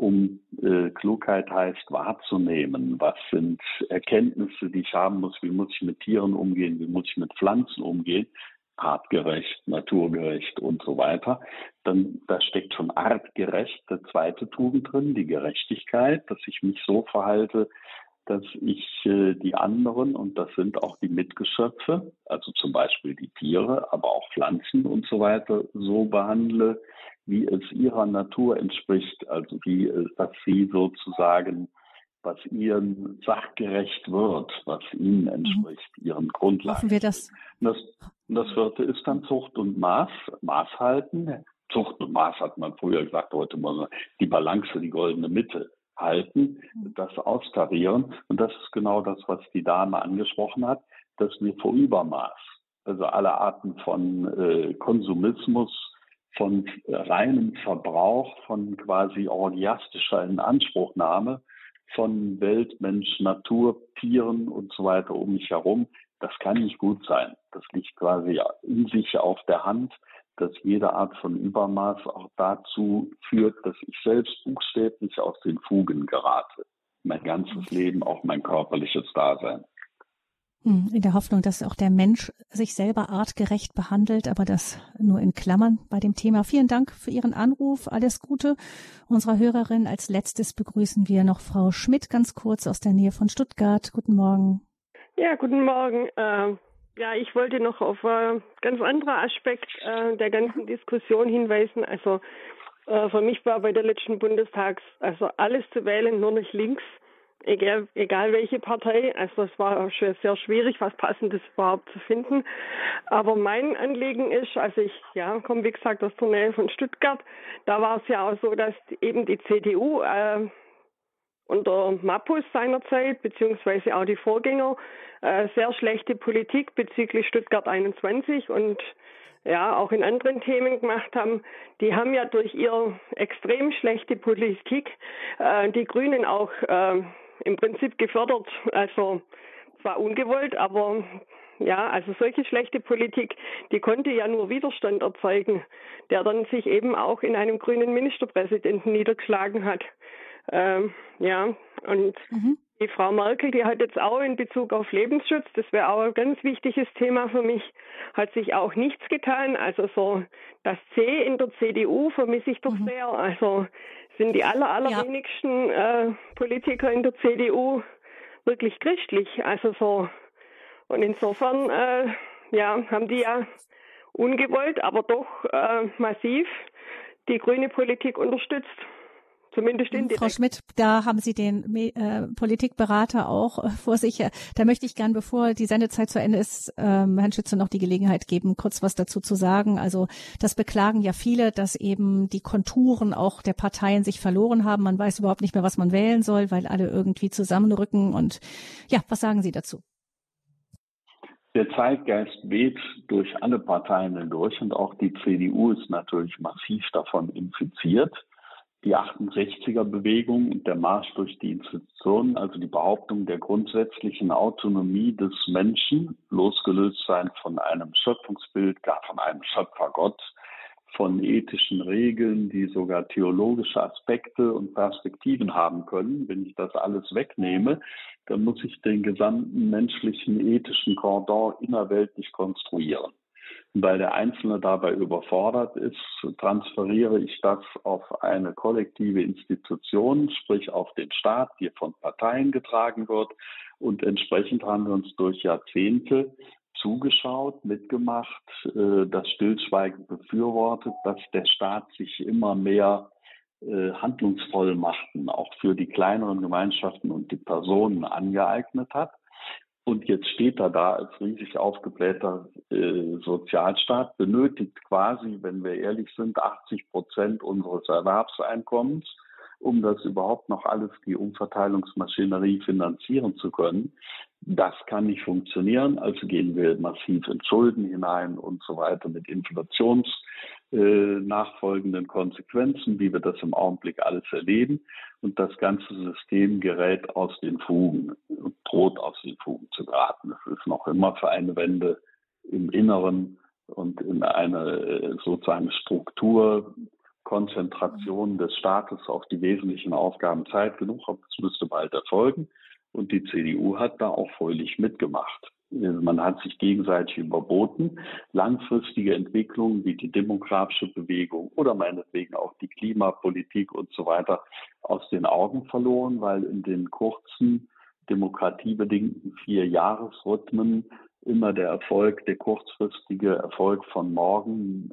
Klugheit heißt wahrzunehmen. Was sind Erkenntnisse, die ich haben muss? Wie muss ich mit Tieren umgehen? Wie muss ich mit Pflanzen umgehen? Artgerecht, naturgerecht und so weiter. Dann, da steckt schon artgerecht der zweite Tugend drin, die Gerechtigkeit, dass ich mich so verhalte, dass ich die anderen, und das sind auch die Mitgeschöpfe, also zum Beispiel die Tiere, aber auch Pflanzen und so weiter, so behandle, wie es ihrer Natur entspricht, also dass sie sozusagen, was ihnen sachgerecht wird, was ihnen entspricht, ihren Grundlagen. Hoffen wir das. Und das vierte ist dann Zucht und Maß halten. Zucht und Maß hat man früher gesagt, heute muss man die Balance, die goldene Mitte halten, das austarieren. Und das ist genau das, was die Dame angesprochen hat, dass wir vor Übermaß, also alle Arten von Konsumismus, von reinem Verbrauch, von quasi orgiastischer Inanspruchnahme von Welt, Mensch, Natur, Tieren und so weiter um mich herum, das kann nicht gut sein. Das liegt quasi in sich auf der Hand, dass jede Art von Übermaß auch dazu führt, dass ich selbst buchstäblich aus den Fugen gerate. Mein ganzes Leben, auch mein körperliches Dasein. In der Hoffnung, dass auch der Mensch sich selber artgerecht behandelt, aber das nur in Klammern bei dem Thema. Vielen Dank für Ihren Anruf. Alles Gute unserer Hörerin. Als letztes begrüßen wir noch Frau Schmidt ganz kurz aus der Nähe von Stuttgart. Guten Morgen. Ja, guten Morgen. Ja, ich wollte noch auf einen ganz anderen Aspekt der ganzen Diskussion hinweisen. Also für mich war bei der letzten Bundestags also alles zu wählen, nur nicht links. Egal welche Partei, also es war schon sehr schwierig, was Passendes überhaupt zu finden. Aber mein Anliegen ist, also ich komme wie gesagt aus der Nähe von Stuttgart, da war es ja auch so, dass eben die CDU unter Mappus seinerzeit, beziehungsweise auch die Vorgänger, sehr schlechte Politik bezüglich Stuttgart 21 und ja auch in anderen Themen gemacht haben. Die haben ja durch ihre extrem schlechte Politik die Grünen auch im Prinzip gefördert, also zwar ungewollt, aber ja, also solche schlechte Politik, die konnte ja nur Widerstand erzeugen, der dann sich eben auch in einem grünen Ministerpräsidenten niedergeschlagen hat. Ja, und die Frau Merkel, die hat jetzt auch in Bezug auf Lebensschutz, das wäre auch ein ganz wichtiges Thema für mich, hat sich auch nichts getan. Also so das C in der CDU vermisse ich doch sehr. Also sind die allerwenigsten Politiker in der CDU wirklich christlich. Also so. Und insofern haben die ja ungewollt, aber doch massiv die grüne Politik unterstützt. Zumindest indirekt. Frau Schmidt, da haben Sie den Politikberater auch vor sich. Da möchte ich gern, bevor die Sendezeit zu Ende ist, Herrn Schütze noch die Gelegenheit geben, kurz was dazu zu sagen. Also das beklagen ja viele, dass eben die Konturen auch der Parteien sich verloren haben. Man weiß überhaupt nicht mehr, was man wählen soll, weil alle irgendwie zusammenrücken. Und ja, was sagen Sie dazu? Der Zeitgeist weht durch alle Parteien hindurch und auch die CDU ist natürlich massiv davon infiziert. Die 68er-Bewegung und der Marsch durch die Institutionen, also die Behauptung der grundsätzlichen Autonomie des Menschen, losgelöst sein von einem Schöpfungsbild, gar von einem Schöpfergott, von ethischen Regeln, die sogar theologische Aspekte und Perspektiven haben können. Wenn ich das alles wegnehme, dann muss ich den gesamten menschlichen ethischen Cordon innerweltlich konstruieren. Weil der Einzelne dabei überfordert ist, transferiere ich das auf eine kollektive Institution, sprich auf den Staat, die von Parteien getragen wird. Und entsprechend haben wir uns durch Jahrzehnte zugeschaut, mitgemacht, das stillschweigend befürwortet, dass der Staat sich immer mehr Handlungsvollmachten auch für die kleineren Gemeinschaften und die Personen angeeignet hat. Und jetzt steht er da als riesig aufgeblähter Sozialstaat, benötigt quasi, wenn wir ehrlich sind, 80% unseres Erwerbseinkommens, um das überhaupt noch alles, die Umverteilungsmaschinerie finanzieren zu können. Das kann nicht funktionieren, also gehen wir massiv in Schulden hinein und so weiter mit nachfolgenden Konsequenzen, wie wir das im Augenblick alles erleben. Und das ganze System gerät aus den Fugen und droht aus den Fugen zu geraten. Es ist noch immer für eine Wende im Inneren und in eine sozusagen Strukturkonzentration des Staates auf die wesentlichen Aufgaben Zeit genug, aber es müsste bald erfolgen. Und die CDU hat da auch fröhlich mitgemacht. Man hat sich gegenseitig überboten. Langfristige Entwicklungen wie die demografische Bewegung oder meinetwegen auch die Klimapolitik und so weiter aus den Augen verloren, weil in den kurzen, demokratiebedingten 4-Jahres-Rhythmen immer der kurzfristige Erfolg von morgen,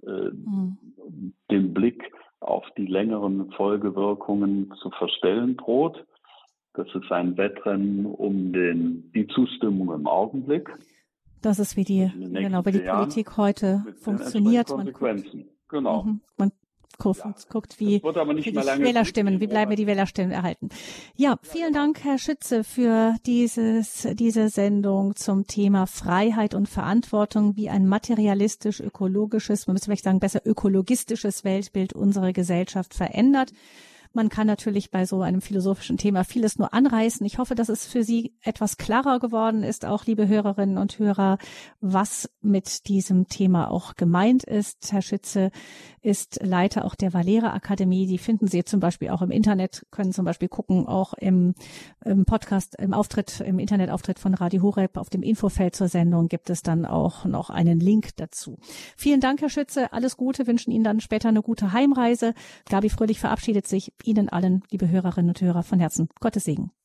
den Blick auf die längeren Folgewirkungen zu verstellen droht. Das ist ein Wettrennen um die Zustimmung im Augenblick. Das ist wie die Politik heute funktioniert. Genau. Man guckt, wie die Wählerstimmen, wie bleiben die Wählerstimmen erhalten. Ja, vielen Dank, Herr Schütze, für diese Sendung zum Thema Freiheit und Verantwortung, wie ein materialistisch-ökologisches, man müsste vielleicht sagen, besser ökologistisches Weltbild unsere Gesellschaft verändert. Man kann natürlich bei so einem philosophischen Thema vieles nur anreißen. Ich hoffe, dass es für Sie etwas klarer geworden ist, auch liebe Hörerinnen und Hörer, was mit diesem Thema auch gemeint ist. Herr Schütze ist Leiter auch der Valera Akademie. Die finden Sie zum Beispiel auch im Internet, können zum Beispiel gucken, auch im Podcast, im Internetauftritt von Radio Horeb. Auf dem Infofeld zur Sendung gibt es dann auch noch einen Link dazu. Vielen Dank, Herr Schütze. Alles Gute, wünschen Ihnen dann später eine gute Heimreise. Gabi Fröhlich verabschiedet sich. Ihnen allen, liebe Hörerinnen und Hörer, von Herzen Gottes Segen.